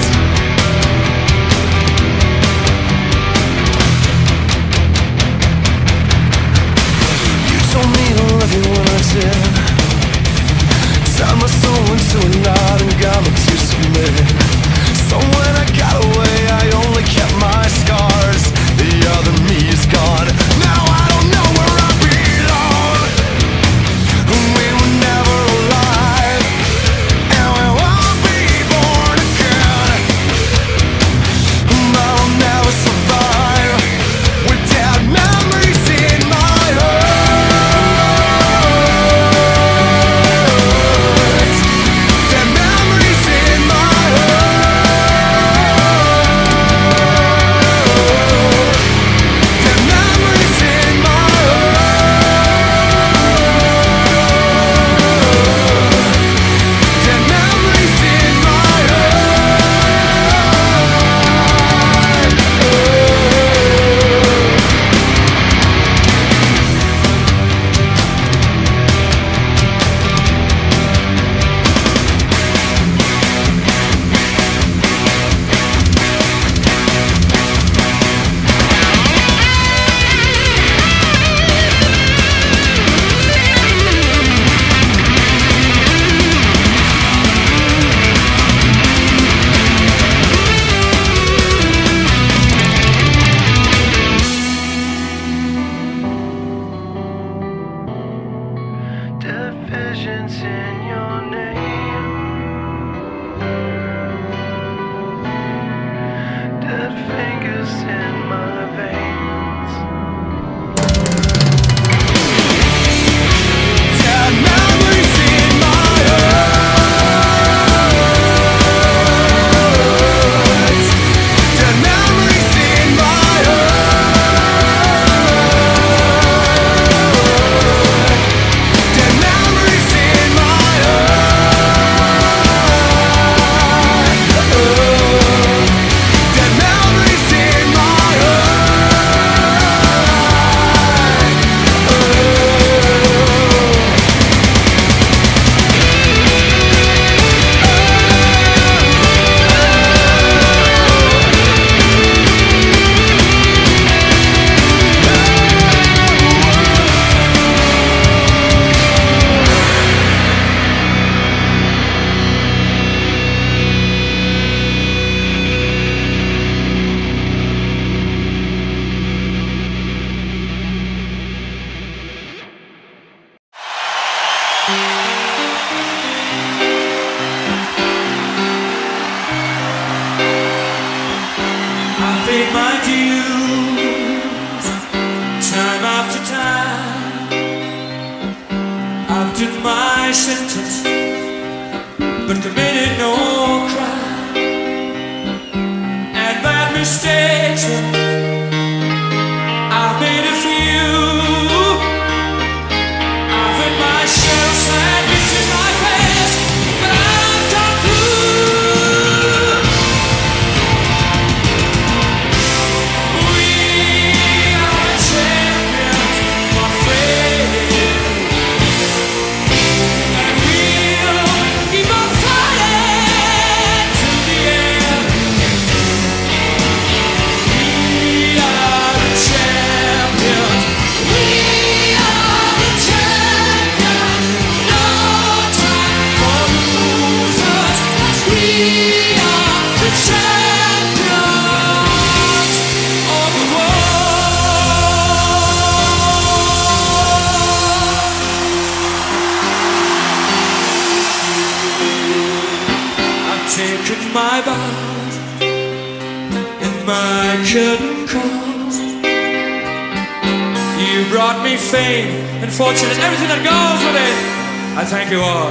You told me to love you when I did. Turned my soul into a knot and got me to submit. So when I got away, I only kept my scars. The other me is gone. Now I don't know where I belong. We were never alive, and we won't be born again. I'll never survive without memories in my heart. Dead memories in my heart. but committed no crime. And bad mistakes I've made a few. I've hit my share of sadness in my past, but I've come through. We are the champions, my friend, and we'll keep on fighting till the end. We are the champions. We are the champions. No time for losers. We are the champions of the world. I've taken my bows in my curtain calls. You brought me fame and fortune and everything that goes with it. I thank you all.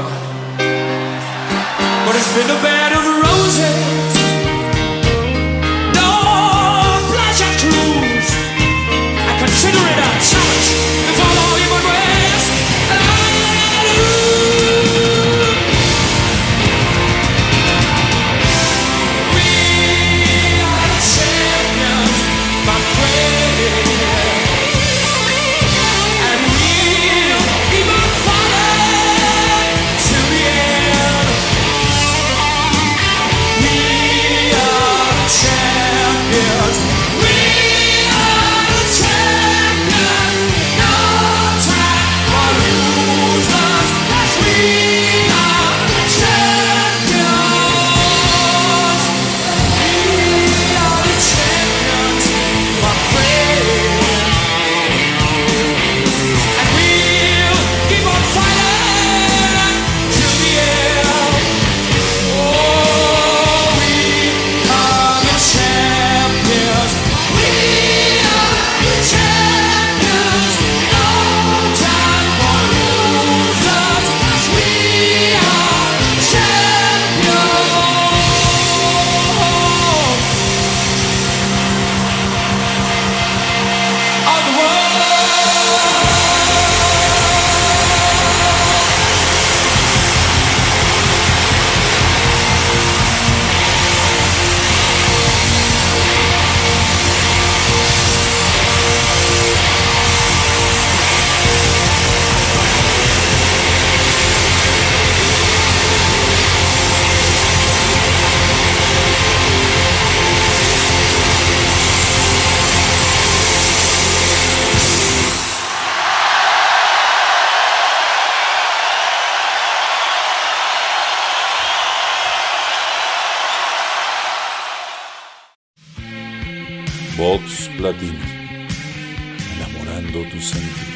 But it's been a bed of roses, no pleasure cruise. I consider it a challenge to follow human ways, and I lose. We are the champions, my friend, and we'll keep on fighting till the end. We are the champions. We are the champions. No time for losers. We are the champions. We are the champions, my friend, and we'll keep on fighting till the end. Oh, we are the champions. We are the champions. No time for losers. We are the champions of the world. Vox Platina, enamorando tus sentidos.